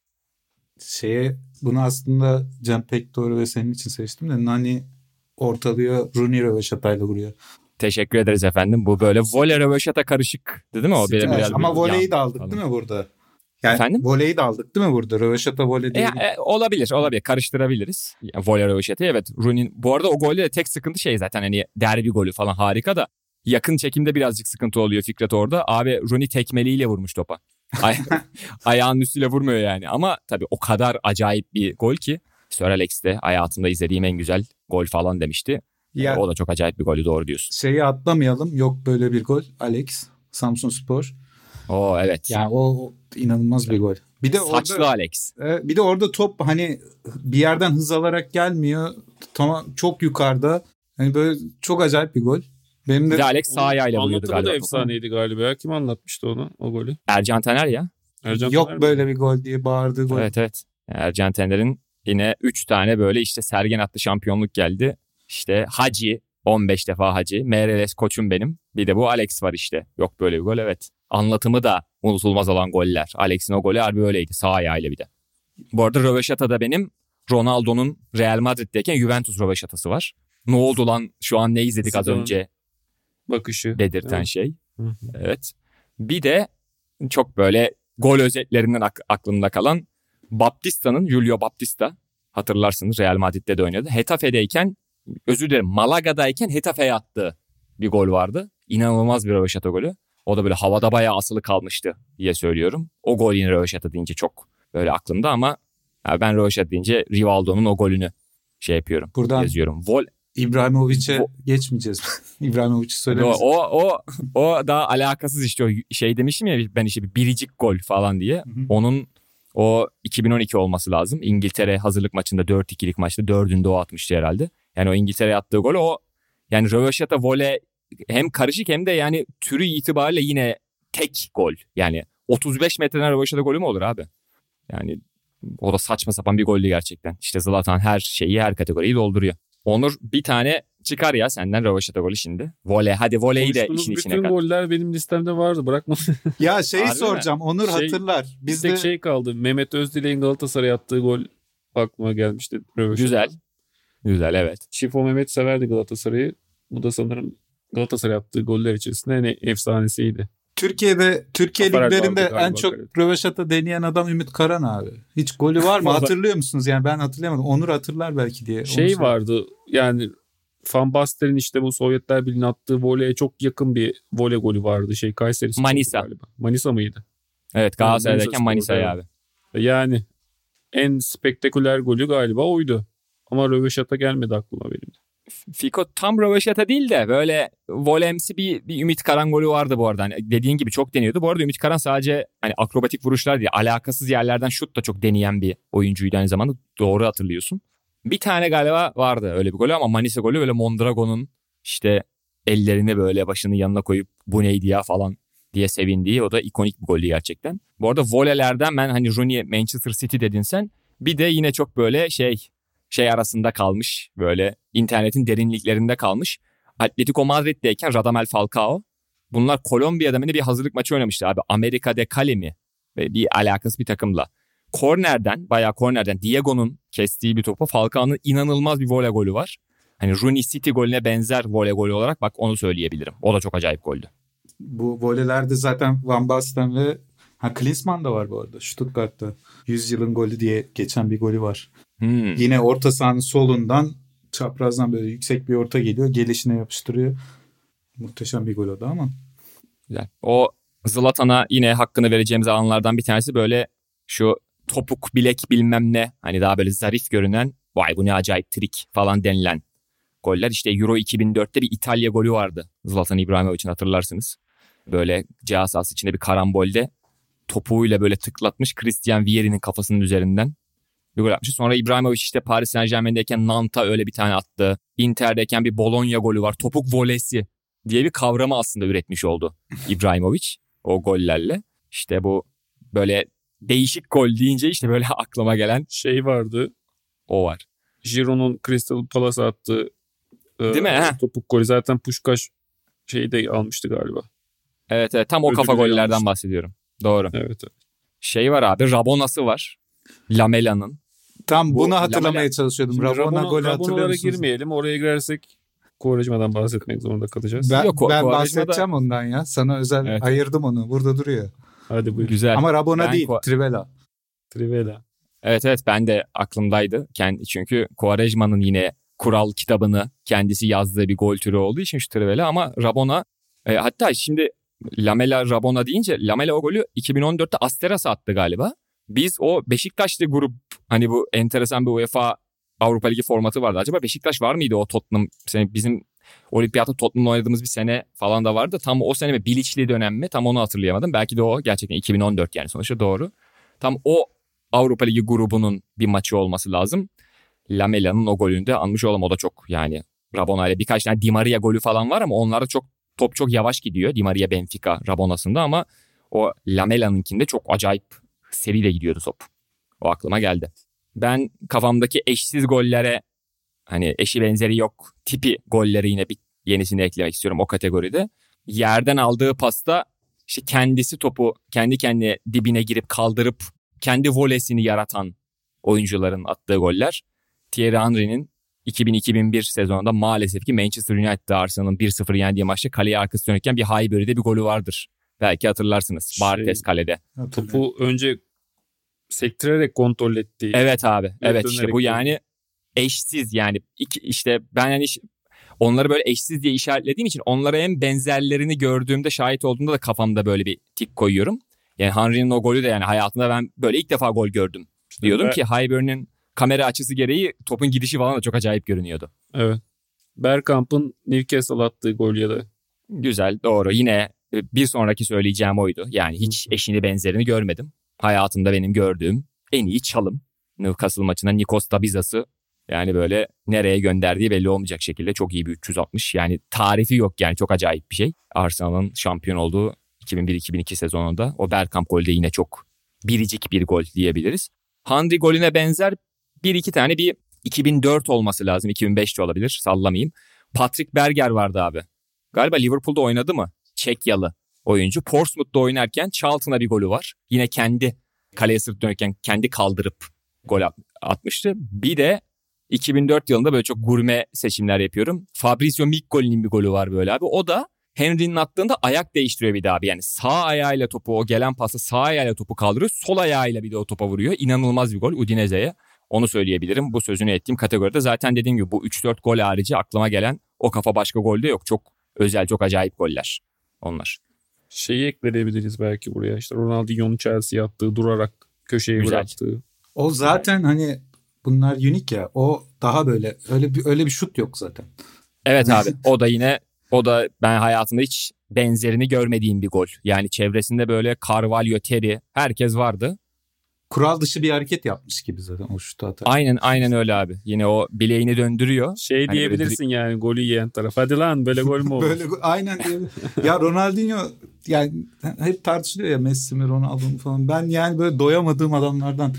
Şeye bunu aslında Can pek doğru ve senin için seçtim de Nani ortalıyor, Rooney röveşatayla vuruyor. Teşekkür ederiz efendim. Bu böyle voley röveşata karışık değil mi o? Evet, biraz ama bir voleyi yan de aldık falan. değil mi burada? Yani Efendim? voleyi de aldık değil mi burada? Röveşata voley E, değil. e, olabilir olabilir karıştırabiliriz. Yani voley röveşatayı evet. Rooney, bu arada o golde de tek sıkıntı şey zaten hani derbi golü falan harika da yakın çekimde birazcık sıkıntı oluyor Fikret orada. Abi Rooney tekmeliyle vurmuş topa. Ay- Ayağının üstüyle vurmuyor yani ama tabii o kadar acayip bir gol ki Sir Alex de hayatımda izlediğim en güzel gol falan demişti. Ya, E, o da çok acayip bir golü doğru diyorsun. şeyi atlamayalım. Yok böyle bir gol. Alex, Samsunspor. Oo evet. Yani o, o inanılmaz bir gol. Bir de Saçlı orada Alex. e, bir de orada top hani bir yerden hız alarak gelmiyor. Tamam çok yukarıda. Hani böyle çok acayip bir gol. Benim Bir de de Alex sağ ayağıyla vuruyordu Anlatımı galiba. da topu. efsaneydi galiba ya. Kim anlatmıştı onu, o golü? Ercan Taner ya. Ercan yok Taner mi? böyle bir gol diye bağırdığı gol. Evet evet. Ercan Taner'in yine üç tane böyle işte Sergen attı şampiyonluk geldi. İşte Hacı on beş defa Hacı. M R S koçum benim. Bir de bu Alex var işte. Yok böyle bir gol evet. Anlatımı da unutulmaz olan goller. Alex'in o golü harbi öyleydi. Sağ ayağıyla bir de. Bu arada röveşatada benim Ronaldo'nun Real Madrid'deyken Juventus röveşatası var. Ne oldu lan şu an ne izledik az Zidane'ın önce bakışı. dedirten Evet. şey. Hı hı. Evet. Bir de çok böyle gol özetlerinden ak- aklımda kalan Baptista'nın, Julio Baptista hatırlarsınız Real Madrid'de de oynadı. Hetafe'deyken özür dilerim Malaga'dayken Hetafe'ye attığı bir gol vardı. İnanılmaz bir röveşata golü. O da böyle havada bayağı asılı kalmıştı diye söylüyorum. O gol yine röveşata deyince çok böyle aklımda ama ya ben röveşata deyince Rivaldo'nun o golünü şey yapıyorum. Buradan Yazıyorum. Vol İbrahimovic'e Vo- geçmeyeceğiz. İbrahimovic'i o, söylemeyiz. o, o, o daha alakasız işte o şey demiştim ya ben işte bir biricik gol falan diye. Hı hı. Onun o iki bin on iki olması lazım. İngiltere hazırlık maçında dört ikilik maçta dördünde o atmıştı herhalde. Yani o İngiltere'ye attığı gol o yani röveşata voley hem karışık hem de yani türü itibariyle yine tek gol. Yani otuz beş metreden röveşata golü mü olur abi? Yani o da saçma sapan bir goldü gerçekten. İşte Zlatan her şeyi her kategoriyi dolduruyor. Onur bir tane çıkar ya senden röveşata golü şimdi. Voley hadi voleyi de Konuştuğumuz işin içine bütün kat. goller benim listemde vardı. Bırakma. Ya şeyi Harbi mi? soracağım. Onur Şey- hatırlar. Bir Biz tek de şey kaldı. Mehmet Özdilek'in Galatasaray'a attığı gol aklıma gelmişti. Röveşata. Güzel. Güzel evet. Şifo Mehmet severdi Galatasaray'ı. Bu da sanırım Galatasaray attığı goller içerisinde en efsanesiydi. Türkiye'de Türkiye Zafer liglerinde vardı galiba, en çok evet. röveşata deneyen adam Ümit Karan abi. Hiç golü var mı? Vallahi- Hatırlıyor musunuz? Yani ben hatırlayamadım. Onur hatırlar belki diye. Onu Şey sor- vardı yani Van Basten'in işte bu Sovyetler Birliği'nin attığı voleye çok yakın bir voley golü vardı. Şey Kayseri Spor'du Manisa. galiba. Manisa mıydı? Evet Galatasaray'dayken Manisa Manisa'ya Spor'da, abi. Yani en spektaküler golü galiba oydu. Ama röveşata gelmedi aklıma benim de. Fiko tam röveşata değil de böyle volemsi bir, bir Ümit Karan golü vardı bu arada. Hani dediğin gibi çok deniyordu. Bu arada Ümit Karan sadece hani akrobatik vuruşlar değil alakasız yerlerden şut da çok deneyen bir oyuncuydu aynı zamanda. Doğru hatırlıyorsun. Bir tane galiba vardı öyle bir golü ama Manisa golü böyle Mondragon'un işte ellerini böyle başını yanına koyup bu neydi ya falan diye sevindiği o da ikonik bir goldü gerçekten. Bu arada volelerden ben hani Rooney Manchester City dedin sen bir de yine çok böyle şey şey arasında kalmış. Böyle internetin derinliklerinde kalmış. Atletico Madrid'deyken Radamel Falcao. Bunlar Kolombiya'da mı ne bir hazırlık maçı oynamıştı abi. Amerika de Cali mi? Ve bir alakası bir takımla. Kornerden, bayağı kornerden Diego'nun kestiği bir topu Falcao'nun inanılmaz bir voley golü var. Hani Rooney City golüne benzer voley golü olarak bak onu söyleyebilirim. O da çok acayip goldü. Bu voleylerde zaten Van Basten ve ha Klinsmann da var bu arada. Stuttgart'ta yüz yılın golü diye geçen bir golü var. Hmm. Yine orta sahanın solundan çaprazdan böyle yüksek bir orta geliyor. Gelişine yapıştırıyor. Muhteşem bir gol o da ama. Güzel. O Zlatan'a yine hakkını vereceğimiz alanlardan bir tanesi böyle şu topuk bilek bilmem ne hani daha böyle zarif görünen vay bu ne acayip trik falan denilen goller. İşte Euro iki bin dörtte bir İtalya golü vardı Zlatan İbrahimovic'in hatırlarsınız. Böyle ceza sahası içinde bir karambolde topuğuyla böyle tıklatmış Christian Vieri'nin kafasının üzerinden bir gol atmış. Sonra İbrahimovic işte Paris Saint-Germain'deyken Nant'a öyle bir tane attı. Inter'deyken bir Bologna golü var. Topuk volesi diye bir kavramı aslında üretmiş oldu İbrahimovic o gollerle. İşte bu böyle değişik gol deyince işte böyle aklıma gelen şey vardı. O var. Giroud'un Crystal Palace'a attığı değil e, mi? Topuk golü. Zaten Puskás şeyi de almıştı galiba. Evet evet tam o Ödülü kafa gollerden almıştı. bahsediyorum. Doğru. Evet evet. Şey var abi Rabona'sı var. Lamela'nın. Tam bunu Bu hatırlamaya Lamela... çalışıyordum. Şimdi Rabona Rabona, golü hatırlıyor Rabonalara musunuz? girmeyelim. Oraya girersek Quaresma'dan bahsetmek zorunda kalacağız. Ben, Yok, o, ben o bahsedeceğim ondan ya. Sana özel evet. ayırdım onu. Burada duruyor. Hadi buyur. Güzel. Ama Rabona ben değil. Ko- Trivela. Trivela. Evet evet ben de aklımdaydı. Kendi, çünkü Quaresma'nın yine kural kitabını kendisi yazdığı bir gol türü olduğu için şu Trivela ama Rabona e, hatta şimdi Lamela Rabona deyince Lamela o golü iki bin on dörtte Asteras'a attı galiba. Biz o Beşiktaşlı grup hani bu enteresan bir UEFA Avrupa Ligi formatı vardı. Acaba Beşiktaş var mıydı o Tottenham? Bizim Olimpiyatta Tottenham'la oynadığımız bir sene falan da vardı. Tam o sene mi Bilic'li dönem mi? Tam onu hatırlayamadım. Belki de o gerçekten iki bin on dört yani sonuçta doğru. Tam o Avrupa Ligi grubunun bir maçı olması lazım. Lamela'nın o golünü de anmış olalım. O da çok yani Rabona ile birkaç tane Di Maria golü falan var ama onlarda çok top çok yavaş gidiyor. Di Maria Benfica Rabona'sında ama o Lamela'nınkinde çok acayip seriyle gidiyordu top. O aklıma geldi. Ben kafamdaki eşsiz gollere hani eşi benzeri yok tipi golleri yine bir yenisini eklemek istiyorum o kategoride. Yerden aldığı pasta işte kendisi topu kendi kendine dibine girip kaldırıp kendi volesini yaratan oyuncuların attığı goller. Thierry Henry'nin iki bin iki bin bir sezonunda maalesef ki Manchester United'da Arsenal'ın bir sıfır yendiği maçta kaleye arkası dönükken bir Highbury'de bir golü vardır. Belki hatırlarsınız. Şey, Bartes kalede. Topu önce sektirerek kontrol ettiği. Evet abi. Evet işte bu yani eşsiz yani iki, işte ben yani onları böyle eşsiz diye işaretlediğim için onlara en benzerlerini gördüğümde şahit olduğumda da kafamda böyle bir tik koyuyorum. Yani Henry'nin o golü de yani hayatımda ben böyle ilk defa gol gördüm. İşte diyordum ben... ki Highbury'nin kamera açısı gereği topun gidişi falan da çok acayip görünüyordu. Evet. Bergkamp'ın Newcastle attığı gol ya da. Güzel doğru yine bir sonraki söyleyeceğim oydu. Yani hiç eşini benzerini görmedim. Hayatımda benim gördüğüm en iyi çalım. Newcastle maçında Nikos Tabizas'ı yani böyle nereye gönderdiği belli olmayacak şekilde çok iyi bir üç yüz altmış. Yani tarifi yok yani çok acayip bir şey. Arsenal'ın şampiyon olduğu iki bin bir iki bin iki sezonunda o Bergkamp golü de yine çok biricik bir gol diyebiliriz. Henry golüne benzer bir iki tane bir iki bin dört olması lazım. iki bin beş de olabilir sallamayayım. Patrick Berger vardı abi. Galiba Liverpool'da oynadı mı? Çekyalı oyuncu. Portsmouth'da oynarken Charlton'a bir golü var. Yine kendi kaleye sırt dönürken kendi kaldırıp gol atmıştı. Bir de iki bin dört yılında böyle çok gurme seçimler yapıyorum. Fabrizio Miccoli'nin bir golü var böyle abi. O da Henry'nin attığında ayak değiştiriyor bir daha abi. Yani sağ ayağıyla topu o gelen pası sağ ayağıyla topu kaldırıyor. Sol ayağıyla bir de o topa vuruyor. İnanılmaz bir gol Udinese'ye. Onu söyleyebilirim. Bu sözünü ettiğim kategoride zaten dediğim gibi bu üç dört gol harici aklıma gelen o kafa başka golde yok. Çok özel çok acayip goller onlar. Şeyi ekleyebiliriz belki buraya. İşte Ronaldinho'nun Chelsea'ye attığı durarak köşeyi Güzel. bıraktığı. O zaten hani bunlar unik ya. O daha böyle öyle bir öyle bir şut yok zaten. Evet abi. O da yine o da ben hayatımda hiç benzerini görmediğim bir gol. Yani çevresinde böyle Carvalho, Terry herkes vardı. Kural dışı bir hareket yapmış gibi zaten o şutu atar. Aynen aynen öyle abi. Yine o bileğini döndürüyor. Şey hani diyebilirsin böyle... yani golü yiyen taraf. Hadi lan böyle gol mü olur? Böyle aynen diye. Ya Ronaldinho yani hep tartışılıyor ya Messi mi Ronaldo mu falan. Ben yani böyle doyamadığım adamlardan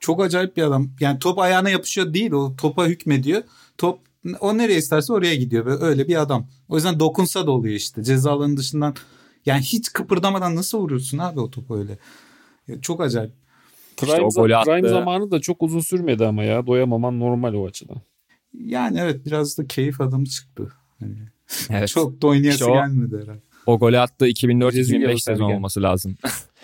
Çok acayip bir adam. Yani top ayağına yapışıyor değil, o topa hükmediyor. Top o nereye isterse oraya gidiyor. Böyle öyle bir adam. O yüzden dokunsa da oluyor işte. Ceza alanı dışından yani hiç kıpırdamadan nasıl vurursun abi o topu öyle. Ya çok acayip. Prime, İşte o golü za- Prime attı. zamanı da çok uzun sürmedi ama ya. Doyamaman normal o açıdan. Yani evet biraz da keyif adamı çıktı. Yani Evet. çok da oynayası İşte o- gelmedi herhalde. O golü attığı iki bin dört iki bin Brezilyalı beş sezon Sergen. olması lazım.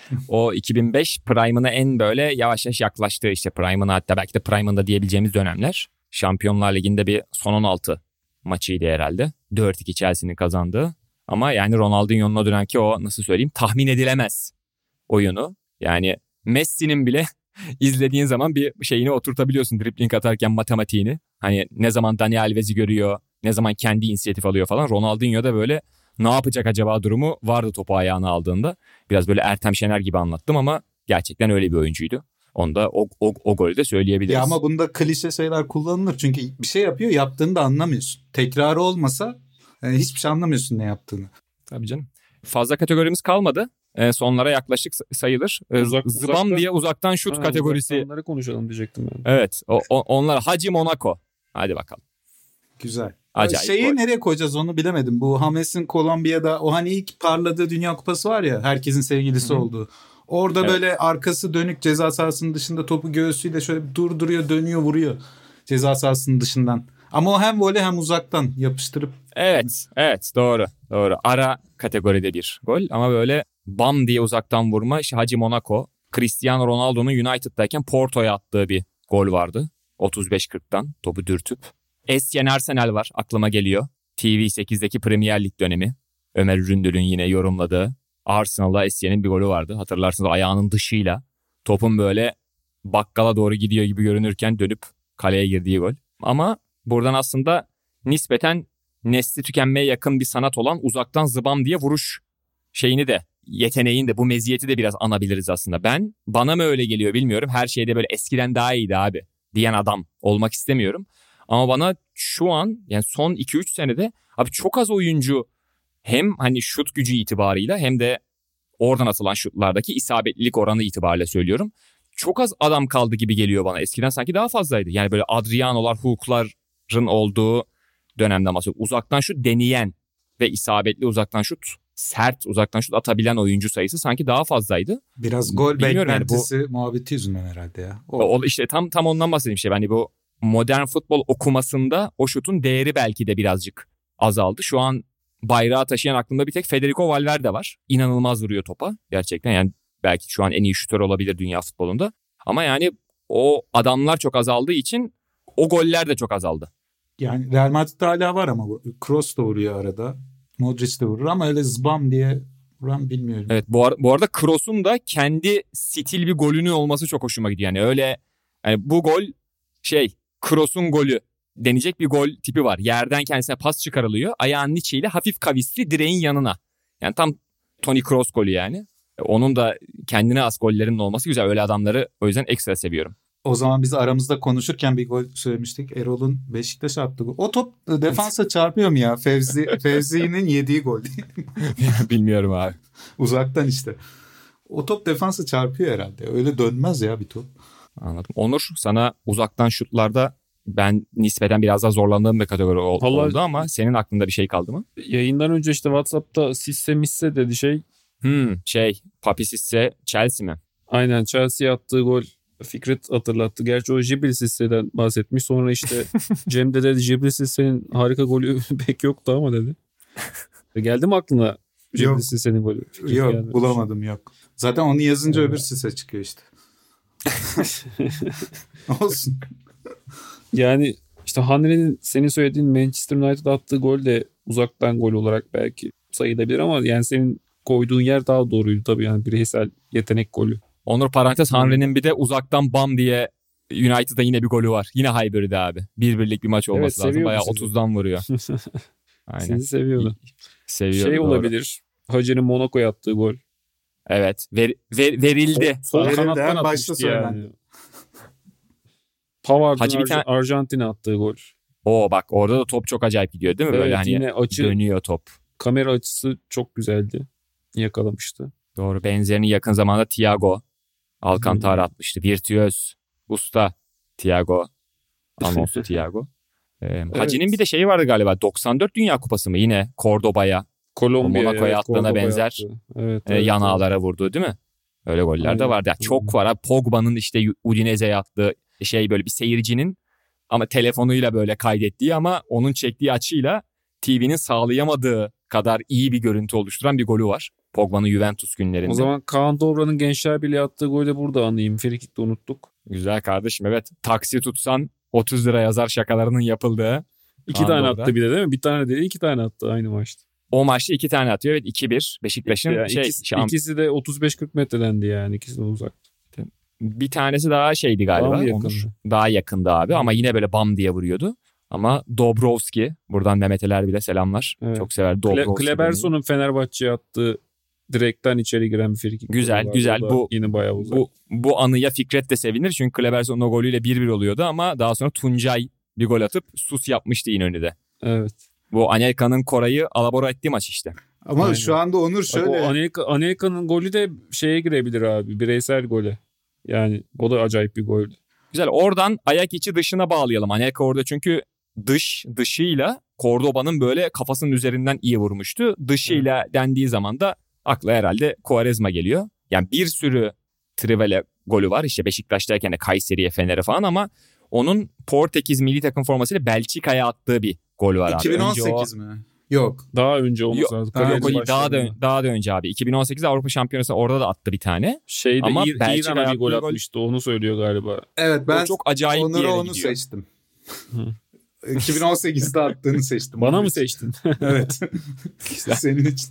O iki bin beş Prime'ına en böyle yavaş yavaş yaklaştığı işte Prime'ına, hatta belki de Prime'ında diyebileceğimiz dönemler. Şampiyonlar Ligi'nde bir son on altı maçıydı herhalde. dört iki Chelsea'nin kazandığı. Ama yani Ronaldinho'nun o dönemki o nasıl söyleyeyim tahmin edilemez oyunu. Yani Messi'nin bile izlediğin zaman bir şeyini oturtabiliyorsun dribbling atarken matematiğini. Hani ne zaman Dani Alves'i görüyor, ne zaman kendi inisiyatif alıyor falan. Ronaldinho da böyle ne yapacak acaba durumu vardı topu ayağına aldığında. Biraz böyle Ertem Şener gibi anlattım ama gerçekten öyle bir oyuncuydu. Onu da o, o, o golü de söyleyebiliriz. Ya ama bunda klişe şeyler kullanılır. Çünkü bir şey yapıyor, yaptığını da anlamıyorsun. Tekrarı olmasa e, hiçbir şey anlamıyorsun ne yaptığını. Tabii canım. Fazla kategorimiz kalmadı. E, sonlara yaklaşık sayılır. E, Uzak- Zıbam uzaktan- diye uzaktan şut Ha, kategorisi. uzaktanları konuşalım diyecektim ben. Evet. O, o, onlar Hacı Monaco. Hadi bakalım. Güzel. Acayip Şeyi gol. nereye koyacağız onu bilemedim. Bu James'in Kolombiya'da o hani ilk parladığı Dünya Kupası var ya, herkesin sevgilisi Hı-hı. olduğu. Orada Evet. böyle arkası dönük ceza sahasının dışında topu göğsüyle şöyle bir durduruyor, dönüyor, vuruyor ceza sahasının dışından. Ama o hem voley hem uzaktan yapıştırıp. Evet. Evet. Doğru. Doğru. Ara kategoride bir gol. Ama böyle bam diye uzaktan vurma. İşte Hacı Monaco. Cristiano Ronaldo'nun United'dayken Porto'ya attığı bir gol vardı. otuz beş kırktan topu dürtüp. Essien Arsenal var, aklıma geliyor. T V sekizdeki Premier Lig dönemi. Ömer Üründül'ün yine yorumladığı Arsenal'la Essien'in bir golü vardı. Hatırlarsınız, ayağının dışıyla topun böyle bakkala doğru gidiyor gibi görünürken dönüp kaleye girdiği gol. Ama buradan aslında nispeten nesli tükenmeye yakın bir sanat olan uzaktan zıbam diye vuruş şeyini de, yeteneğini de, bu meziyeti de biraz anabiliriz aslında. Ben, bana mı öyle geliyor bilmiyorum. Her şeyde böyle eskiden daha iyiydi abi diyen adam olmak istemiyorum. Ama bana şu an yani son iki üç senede abi çok az oyuncu hem hani şut gücü itibarıyla hem de oradan atılan şutlardaki isabetlilik oranı itibariyle söylüyorum. Çok az adam kaldı gibi geliyor bana. Eskiden sanki daha fazlaydı. Yani böyle Adriano'lar, Hulk'ların olduğu dönemden bahsediyorum. Uzaktan şut deneyen ve isabetli uzaktan şut, sert uzaktan şut atabilen oyuncu sayısı sanki daha fazlaydı. Biraz gol Bilmiyorum yani bu- beklentisi muhabbeti yüzünden herhalde ya. O, O, işte tam tam ondan bahsedeyim işte. Hani bu modern futbol okumasında o şutun değeri belki de birazcık azaldı. Şu an bayrağı taşıyan aklımda bir tek Federico Valverde var. İnanılmaz vuruyor topa gerçekten. Yani belki şu an en iyi şutör olabilir dünya futbolunda. Ama yani o adamlar çok azaldığı için o goller de çok azaldı. Yani Real Madrid'de hala var ama bu. Kroos da vuruyor arada. Modric de vurur ama öyle zbam diye vuran bilmiyorum. Evet, bu, ar- bu arada Kroos'un da kendi stil bir golünün olması çok hoşuma gidiyor. Yani öyle yani bu gol şey Kroos'un golü denecek bir gol tipi var. Yerden kendisine pas çıkarılıyor. Ayağının içiyle hafif kavisli direğin yanına. Yani tam Toni Kroos golü yani. Onun da kendine has gollerinin olması güzel. Öyle adamları o yüzden ekstra seviyorum. O zaman biz aramızda konuşurken bir gol söylemiştik. Erol'un Beşiktaş'a attığı gol. O top defansa çarpıyor mu ya? Fevzi Fevzi'nin yediği gol. Bilmiyorum abi. Uzaktan işte. O top defansa çarpıyor herhalde. Öyle dönmez ya bir top. Anladım. Onur, sana uzaktan şutlarda ben nispeten biraz daha zorlandığım bir kategori ol- Vallahi- oldu ama senin aklında bir şey kaldı mı? Yayından önce işte WhatsApp'ta Sisse Misse dedi şey. Hmm, şey Papi Sisse Chelsea mi? Aynen Chelsea'ye attığı gol Fikret hatırlattı. Gerçi o Jibril Sisse'den bahsetmiş. Sonra işte Cem de dedi Jibril Sisse'nin harika golü pek yoktu ama dedi. Geldi mi aklına Jibril Yok. Sisse'nin golü? Fikret Yok gelmemiş. bulamadım yok. Zaten onu yazınca Evet. öbür sise çıkıyor işte. Olsun. Yani işte Henry'nin senin söylediğin Manchester United'a attığı gol de uzaktan gol olarak belki sayılabilir ama yani senin koyduğun yer daha doğruydu tabii, yani bireysel yetenek golü. Onur parantez Henry'nin bir de uzaktan bam diye United'da yine bir golü var. Yine Highbury'de abi. Bir birlik bir maç olması Evet, lazım. seviyordu Bayağı sizi. otuzdan vuruyor. Aynen. Sizi seviyordu. Seviyorum. Şey doğru. olabilir. Hacı'nın Monaco'ya attığı gol. Evet. Ver, ver- verildi. Sol Verildi, kanattan en başta atmıştı söylendi. yani. Pavard'ın Hacı bir Arj- tane- Arjantin'e attığı gol. Oo bak orada da top çok acayip gidiyor değil mi? Evet, Böyle hani yine açı, dönüyor top. kamera açısı çok güzeldi. Yakalamıştı. Doğru. Benzerini yakın zamanda Thiago Alcantara atmıştı. Virtüöz. Usta Thiago. Alonso Thiago. Ee, Evet. Hacı'nın bir de şeyi vardı galiba. doksan dört Dünya Kupası mı? Yine Cordoba'ya, Kolombiya, Monaco'ya evet, attığına Cordoba'ya benzer attı. Evet, e, evet, yan evet. ağlara vurdu değil mi? Öyle goller de Aynen, vardı. Yani çok aynen. var abi. Pogba'nın işte Udinese'ye attığı şey böyle bir seyircinin ama telefonuyla böyle kaydettiği ama onun çektiği açıyla T V'nin sağlayamadığı kadar iyi bir görüntü oluşturan bir golü var. Pogba'nın Juventus günlerinde. O zaman Kaan Dobra'nın Gençler Birliği attığı golü burada anayım. Frikik'te unuttuk. Güzel kardeşim, evet. Taksi tutsan otuz lira yazar şakalarının yapıldığı. İki Kaan tane Dobra. attı bir de değil mi? Bir tane değil, iki tane attı aynı maçta. O maçta iki tane atıyor. Evet, iki bir. Beşiktaş'ın Yani şey ikisi, şam- ikisi de otuz beş kırk metredendi yani. İkisi de uzak. bir tanesi daha şeydi galiba. Daha mı Onur. yakındı? Daha yakındı abi ama yine böyle bam diye vuruyordu. Ama Dobrovski, buradan Mehmet Eler bile selamlar. Evet. Çok sever Kle- Dobrovski. Kleberson'un Fenerbahçe'ye attığı direkten içeri giren bir frikik. Güzel, golü var. güzel. O da Bu- yine bayağı uzak. Bu, bu anıya Fikret de sevinir. Çünkü Kleberson'un o golüyle bir bir oluyordu ama daha sonra Tuncay bir gol atıp sus yapmıştı İnönü'de. Evet. Bu Anelka'nın Koray'ı alabora ettiği maç işte. Ama Aynen. şu anda Onur Bak, şöyle. o Anelka, Anelka'nın golü de şeye girebilir abi. Bireysel gole. Yani o da acayip bir gol. Güzel. Oradan ayak içi dışına bağlayalım. Anelka orada çünkü dış dışıyla Cordoba'nın böyle kafasının üzerinden iyi vurmuştu. Dışıyla dendiği zaman da akla herhalde Quaresma geliyor. Yani bir sürü Trivela golü var. İşte Beşiktaş'tayken de Kayseri'ye, Fener'e falan ama onun Portekiz milli takım formasıyla Belçika'ya attığı bir gol var abi. iki bin on Önce sekiz mi? Yok. Daha önce olması Yok, lazım. daha o, Kariyerin önce- yok, daha da başlarında. daha da önce abi. iki bin on sekizde Avrupa Şampiyonası orada da attı bir tane. Şeyde Ama İr- Belçika'ya İran'a bir gol attığı gol- atmıştı. Onu söylüyor galiba. Evet ben o çok acayip bir Onur'a yere onu gidiyor. seçtim. iki bin on sekizde attığını seçtim. Bana Onun mı için. seçtin? Evet. Senin için.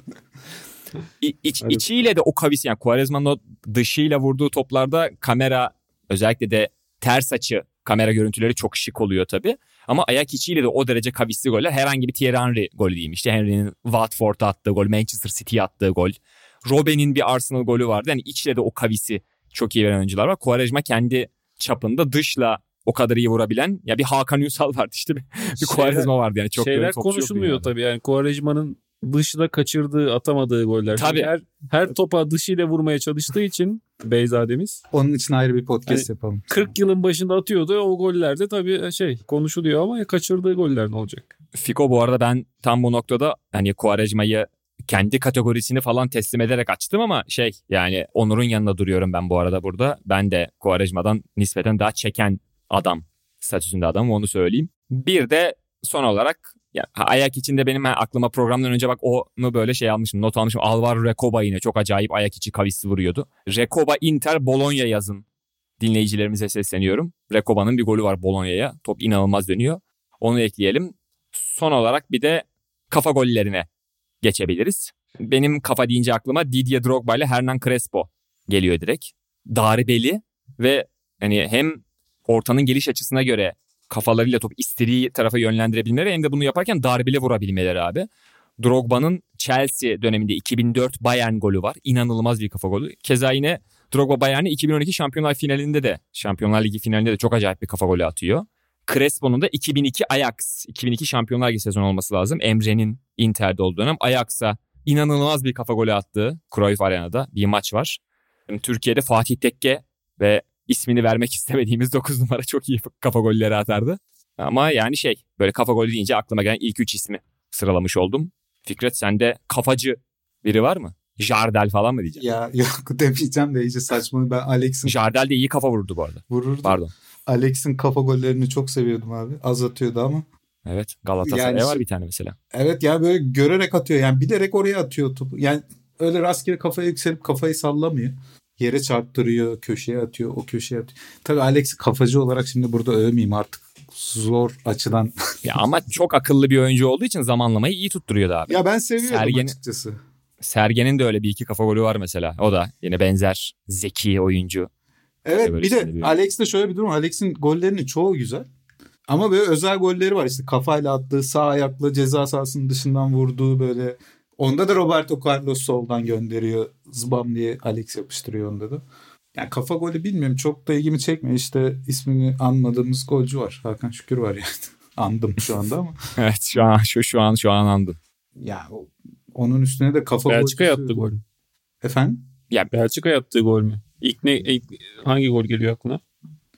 İ, iç, Hadi. içiyle de o kavis yani Quaresma'nın o dışıyla vurduğu toplarda kamera özellikle de ters açı kamera görüntüleri çok şık oluyor tabii. Ama ayak içiyle de o derece kavisli goller. Herhangi bir Thierry Henry golü diyeyim. İşte Henry'nin Watford'a attığı gol, Manchester City'ye attığı gol. Robben'in bir Arsenal golü vardı. Yani içle de o kavisi çok iyi veren oyuncular var. Quaresma kendi çapında dışla o kadar iyi vurabilen ya bir Hakan Ünsal vardı işte bir, bir Şeyler- Quaresma vardı yani çok böyle Şeyler topçu yoktu konuşulmuyor dünyada. tabii. Yani Quaresma'nın dışla kaçırdığı, atamadığı goller. Tabii. Çünkü Her, her topa dışıyla vurmaya çalıştığı için Beyzademiz Onun için ayrı bir podcast Hani yapalım. kırk yılın başında atıyordu. O gollerde tabii şey konuşuluyor ama kaçırdığı goller ne olacak? Fiko bu arada ben tam bu noktada hani Quaresma'yı kendi kategorisini falan teslim ederek açtım ama şey yani Onur'un yanında duruyorum ben bu arada burada. Ben de Quaresma'dan nispeten daha çeken adam statüsünde adamım onu söyleyeyim. Bir de son olarak ya, ayak içinde benim ha, aklıma programdan önce bak onu böyle şey almışım not almışım. Alvaro Recoba yine çok acayip ayak içi kavisli vuruyordu. Recoba Inter Bologna yazın dinleyicilerimize sesleniyorum. Recoba'nın bir golü var Bologna'ya. Top inanılmaz dönüyor. Onu ekleyelim. Son olarak bir de kafa gollerine geçebiliriz. Benim kafa deyince aklıma Didier Drogba ile Hernan Crespo geliyor direkt. Darbeli ve hani hem ortanın geliş açısına göre kafalarıyla top istediği tarafa yönlendirebilmeleri hem de bunu yaparken darbeli vurabilmeleri abi. Drogba'nın Chelsea döneminde iki bin dört Bayern golü var. İnanılmaz bir kafa golü. Keza yine Drogba Bayern'e iki bin on iki Şampiyonlar finalinde de Şampiyonlar Ligi finalinde de çok acayip bir kafa golü atıyor. Crespo'nun da iki bin iki Ajax, iki bin iki Şampiyonlar Ligi sezonu olması lazım. Emre'nin Inter'de olduğu dönem Ajax'a inanılmaz bir kafa golü attığı Cruyff Arena'da bir maç var. Türkiye'de Fatih Tekke ve ismini vermek istemediğimiz dokuz numara çok iyi kafa golleri atardı. Ama yani şey böyle kafa golü deyince aklıma gelen ilk üç ismi sıralamış oldum. Fikret sende kafacı biri var mı? Jardel falan mı diyeceğim? Ya yok demeyeceğim de iyice saçma. Ben Alex'in Jardel de iyi kafa vurdu bu arada. vururdu. Pardon. Alex'in kafa gollerini çok seviyordum abi. Az atıyordu ama. Evet Galatasaray'a Yani var şey- bir tane mesela. Evet ya böyle görerek atıyor. Yani bilerek oraya atıyor topu. Yani öyle rastgele kafaya yükselip kafayı sallamıyor. Yere çarptırıyor, köşeye atıyor, o köşeye atıyor. Tabii Alex'i kafacı olarak şimdi burada övmeyeyim artık. Zor açıdan. Ya ama çok akıllı bir oyuncu olduğu için zamanlamayı iyi tutturuyordu abi. Ya ben seviyordum Sergen- açıkçası. Sergen'in de öyle bir iki kafa golü var mesela. O da yine benzer zeki oyuncu. Evet Böyle bir de bir- Alex'te şöyle bir durum. Alex'in gollerinin çoğu güzel. Ama böyle özel golleri var. İşte kafayla attığı, sağ ayakla ceza sahasının dışından vurduğu böyle. Onda da Roberto Carlos soldan gönderiyor. Zbam diye Alex yapıştırıyor onda da. Yani kafa golü bilmiyorum. Çok da ilgimi çekmiyor. İşte ismini anmadığımız golcü var. Hakan Şükür var yani. Andım şu anda ama. Evet şu an şu şu an şu an anladım. Ya o- onun üstüne de kafa Belçika'ya golcüsü- attığı gol. Efendim? Belçika'ya attığı gol mü? İlk ne ilk hangi gol geliyor aklına?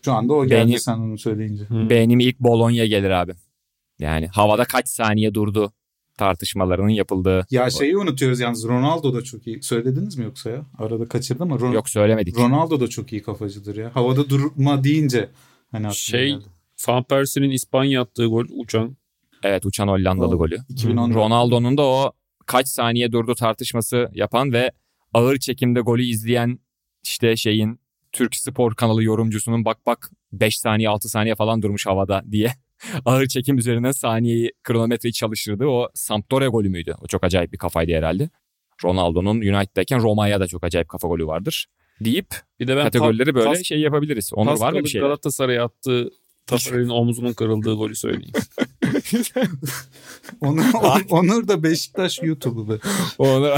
Şu anda o geldi Benim, sen onu söyleyince. Benim ilk Bologna gelir abi. Yani havada kaç saniye durdu tartışmalarının yapıldığı. Ya şeyi unutuyoruz yalnız, Ronaldo da çok iyi. Söylediniz mi yoksa ya? Arada kaçırdı mı? Ron- Yok söylemedik. Ronaldo da çok iyi kafacıdır ya. Havada durma deyince hani Şey geldi. Van Persie'nin İspanya attığı gol uçan. Evet, uçan Hollandalı O, golü. iki bin on dört. Ronaldo'nun da o kaç saniye durdu tartışması yapan ve ağır çekimde golü izleyen işte şeyin Türk Spor kanalı yorumcusunun bak bak beş saniye altı saniye falan durmuş havada diye ağır çekim üzerinden saniyeyi, kronometreyi çalıştırdı. O Sampdoria golü müydü? O çok acayip bir kafaydı herhalde. Ronaldo'nun United'dayken Roma'ya da çok acayip kafa golü vardır deyip Bir de ben kategorileri böyle pas, şey yapabiliriz. Onur var mı bir şey? Galatasaray'a attığı Tafarel'in omzunun kırıldığı golü söyleyeyim. Onur, On- Onur da Beşiktaş YouTube'u be. Onur...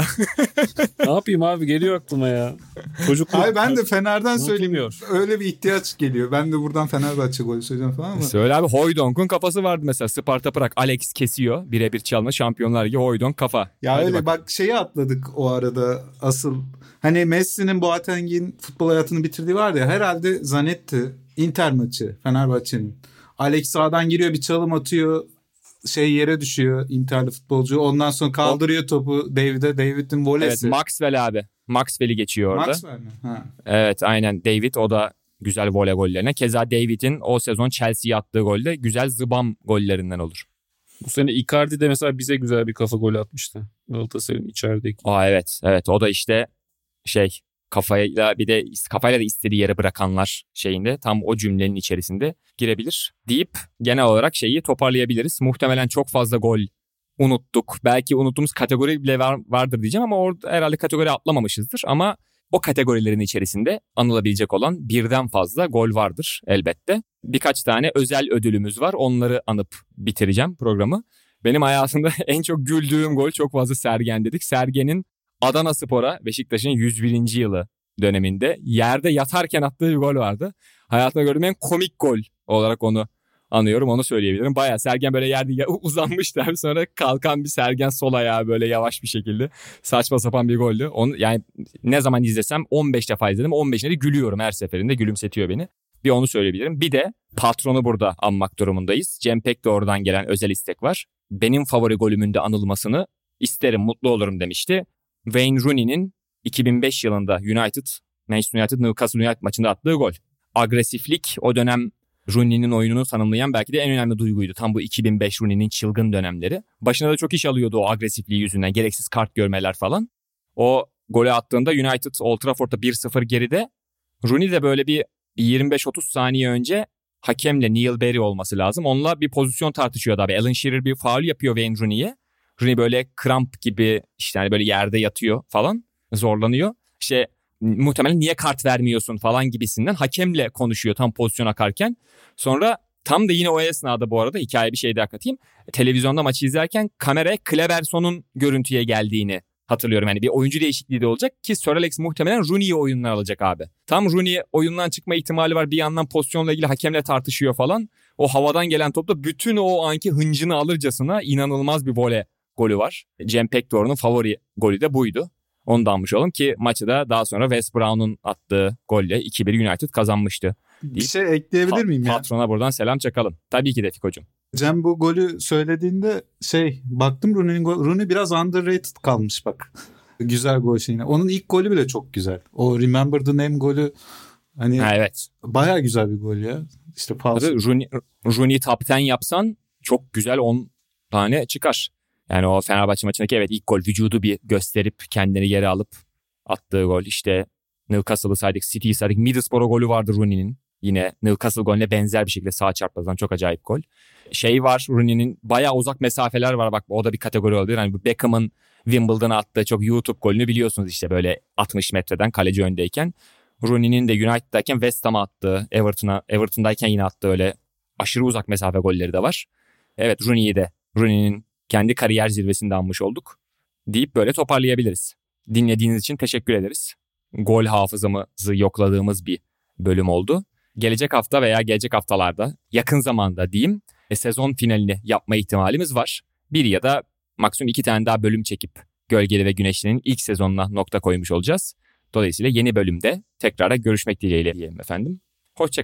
Ne yapayım abi, geliyor aklıma ya. Çocukluk. Ay ben de Fener'den söyleyeyim. Unutulmuyor. Öyle bir ihtiyaç geliyor. Ben de buradan Fenerbahçe golü söyleyeceğim falan ama. Söyle abi, Hoydonk'un kafası vardı mesela. Sparta Prag, Alex kesiyor. Birebir çalma, Şampiyonlar Ligi Hoydonk kafa. Ya Hadi öyle bak. bak şeyi atladık o arada asıl. Hani Messi'nin Boateng'in futbol hayatını bitirdiği var ya, herhalde Zanetti Inter maçı Fenerbahçe'nin. Alex sağdan giriyor, bir çalım atıyor. Şey yere düşüyor Inter'li futbolcu. Ondan sonra kaldırıyor topu David'e. David'in volesi. Evet, Maxwell abi. Maxwell'i geçiyor orada. Maxwell mi? Ha. Evet aynen, David, o da güzel voley gollerine. Keza David'in o sezon Chelsea'ye attığı gol de güzel zıbam gollerinden olur. Bu sene Icardi de mesela bize güzel bir kafa golü atmıştı. Galatasaray'ın içerideki. Aa evet, evet o da işte şey, kafayla bir de kafayla da istediği yere bırakanlar şeyinde, tam o cümlenin içerisinde girebilir deyip genel olarak şeyi toparlayabiliriz. Muhtemelen çok fazla gol unuttuk. Belki unuttuğumuz kategori bile var, vardır diyeceğim ama orada herhalde kategori atlamamışızdır. Ama o kategorilerin içerisinde anılabilecek olan birden fazla gol vardır elbette. Birkaç tane özel ödülümüz var. Onları anıp bitireceğim programı. Benim hayatımda en çok güldüğüm gol, çok fazla Sergen dedik. Sergen'in Adanaspor'a Beşiktaş'ın yüz birinci yılı döneminde yerde yatarken attığı bir gol vardı. Hayatımda gördüğüm en komik gol olarak onu anıyorum, onu söyleyebilirim. Bayağı Sergen böyle yerde uzanmıştı abi, sonra kalkan bir Sergen sol ayağı böyle yavaş bir şekilde, saçma sapan bir goldü. Onu, yani ne zaman izlesem on beş defa izledim. on beşinde de gülüyorum, her seferinde gülümsetiyor beni. Bir onu söyleyebilirim. Bir de patronu burada anmak durumundayız. Cem Pekdoğru'dan gelen özel istek var. Benim favori golümün de anılmasını isterim, mutlu olurum demişti. Wayne Rooney'nin iki bin beş yılında United, Manchester United Newcastle United maçında attığı gol. Agresiflik o dönem Rooney'nin oyununu tanımlayan belki de en önemli duyguydu. Tam bu iki bin beş Rooney'nin çılgın dönemleri. Başına da çok iş alıyordu o agresifliği yüzünden. Gereksiz kart görmeler falan. O golü attığında United Old Trafford'da bir sıfır geride. Rooney de böyle bir yirmi beş otuz saniye önce hakemle, Neil Barry olması lazım, onunla bir pozisyon tartışıyordu abi. Alan Shearer bir faul yapıyor Wayne Rooney'e. Rooney böyle kramp gibi işte hani böyle yerde yatıyor falan, zorlanıyor. İşte muhtemelen niye kart vermiyorsun falan gibisinden hakemle konuşuyor tam pozisyon akarken. Sonra tam da yine o esnada, bu arada hikaye bir şey daha katayım. Televizyonda maçı izlerken kameraya Cleberson'un görüntüye geldiğini hatırlıyorum. Yani bir oyuncu değişikliği de olacak ki Sir Alex muhtemelen Rooney'i oyundan alacak abi. Tam Rooney oyundan çıkma ihtimali var. Bir yandan pozisyonla ilgili hakemle tartışıyor falan. O havadan gelen topta bütün o anki hıncını alırcasına inanılmaz bir voley golü var. Cem Pekdoğru'nun favori golü de buydu. Onu da almış olalım ki maçı da daha sonra Wes Brown'un attığı golle iki bir United kazanmıştı. Bir şey ekleyebilir miyim ya? Patrona buradan selam çakalım. Tabii ki de Fiko'cum. Cem bu golü söylediğinde şey baktım, Rooney'nin golü. Rooney biraz underrated kalmış bak. Güzel gol şeyine. Onun ilk golü bile çok güzel. O Remember the Name golü hani Ha, evet. bayağı güzel bir gol ya. İşte Tabii Rooney, Rooney top on yapsan çok güzel on tane çıkar. Yani o Fenerbahçe maçındaki evet ilk gol, vücudu bir gösterip kendini yere alıp attığı gol. İşte Newcastle'ı saydık, City'yi saydık. Middlesbrough golü vardı Rooney'nin. Yine Newcastle golüne benzer bir şekilde sağ çarpmadan çok acayip gol. Şey var, Rooney'nin bayağı uzak mesafeler var, bak o da bir kategori olabilir. Hani Beckham'ın Wimbledon'a attığı çok YouTube golünü biliyorsunuz, işte böyle altmış metreden kaleci öndeyken. Rooney'nin de United'dayken West Ham'a attığı, Everton'a, Everton'dayken yine attığı öyle aşırı uzak mesafe golleri de var. Evet, Rooney'i de Rooney'nin kendi kariyer zirvesinde anmış olduk deyip böyle toparlayabiliriz. Dinlediğiniz için teşekkür ederiz. Gol hafızamızı yokladığımız bir bölüm oldu. Gelecek hafta veya gelecek haftalarda, yakın zamanda diyeyim, e, sezon finalini yapma ihtimalimiz var. Bir ya da maksimum iki tane daha bölüm çekip Gölgeli ve Güneşli'nin ilk sezonuna nokta koymuş olacağız. Dolayısıyla yeni bölümde tekrara görüşmek dileğiyle diyelim efendim. Hoşçakalın.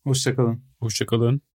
Hoşçakalın. Hoşçakalın.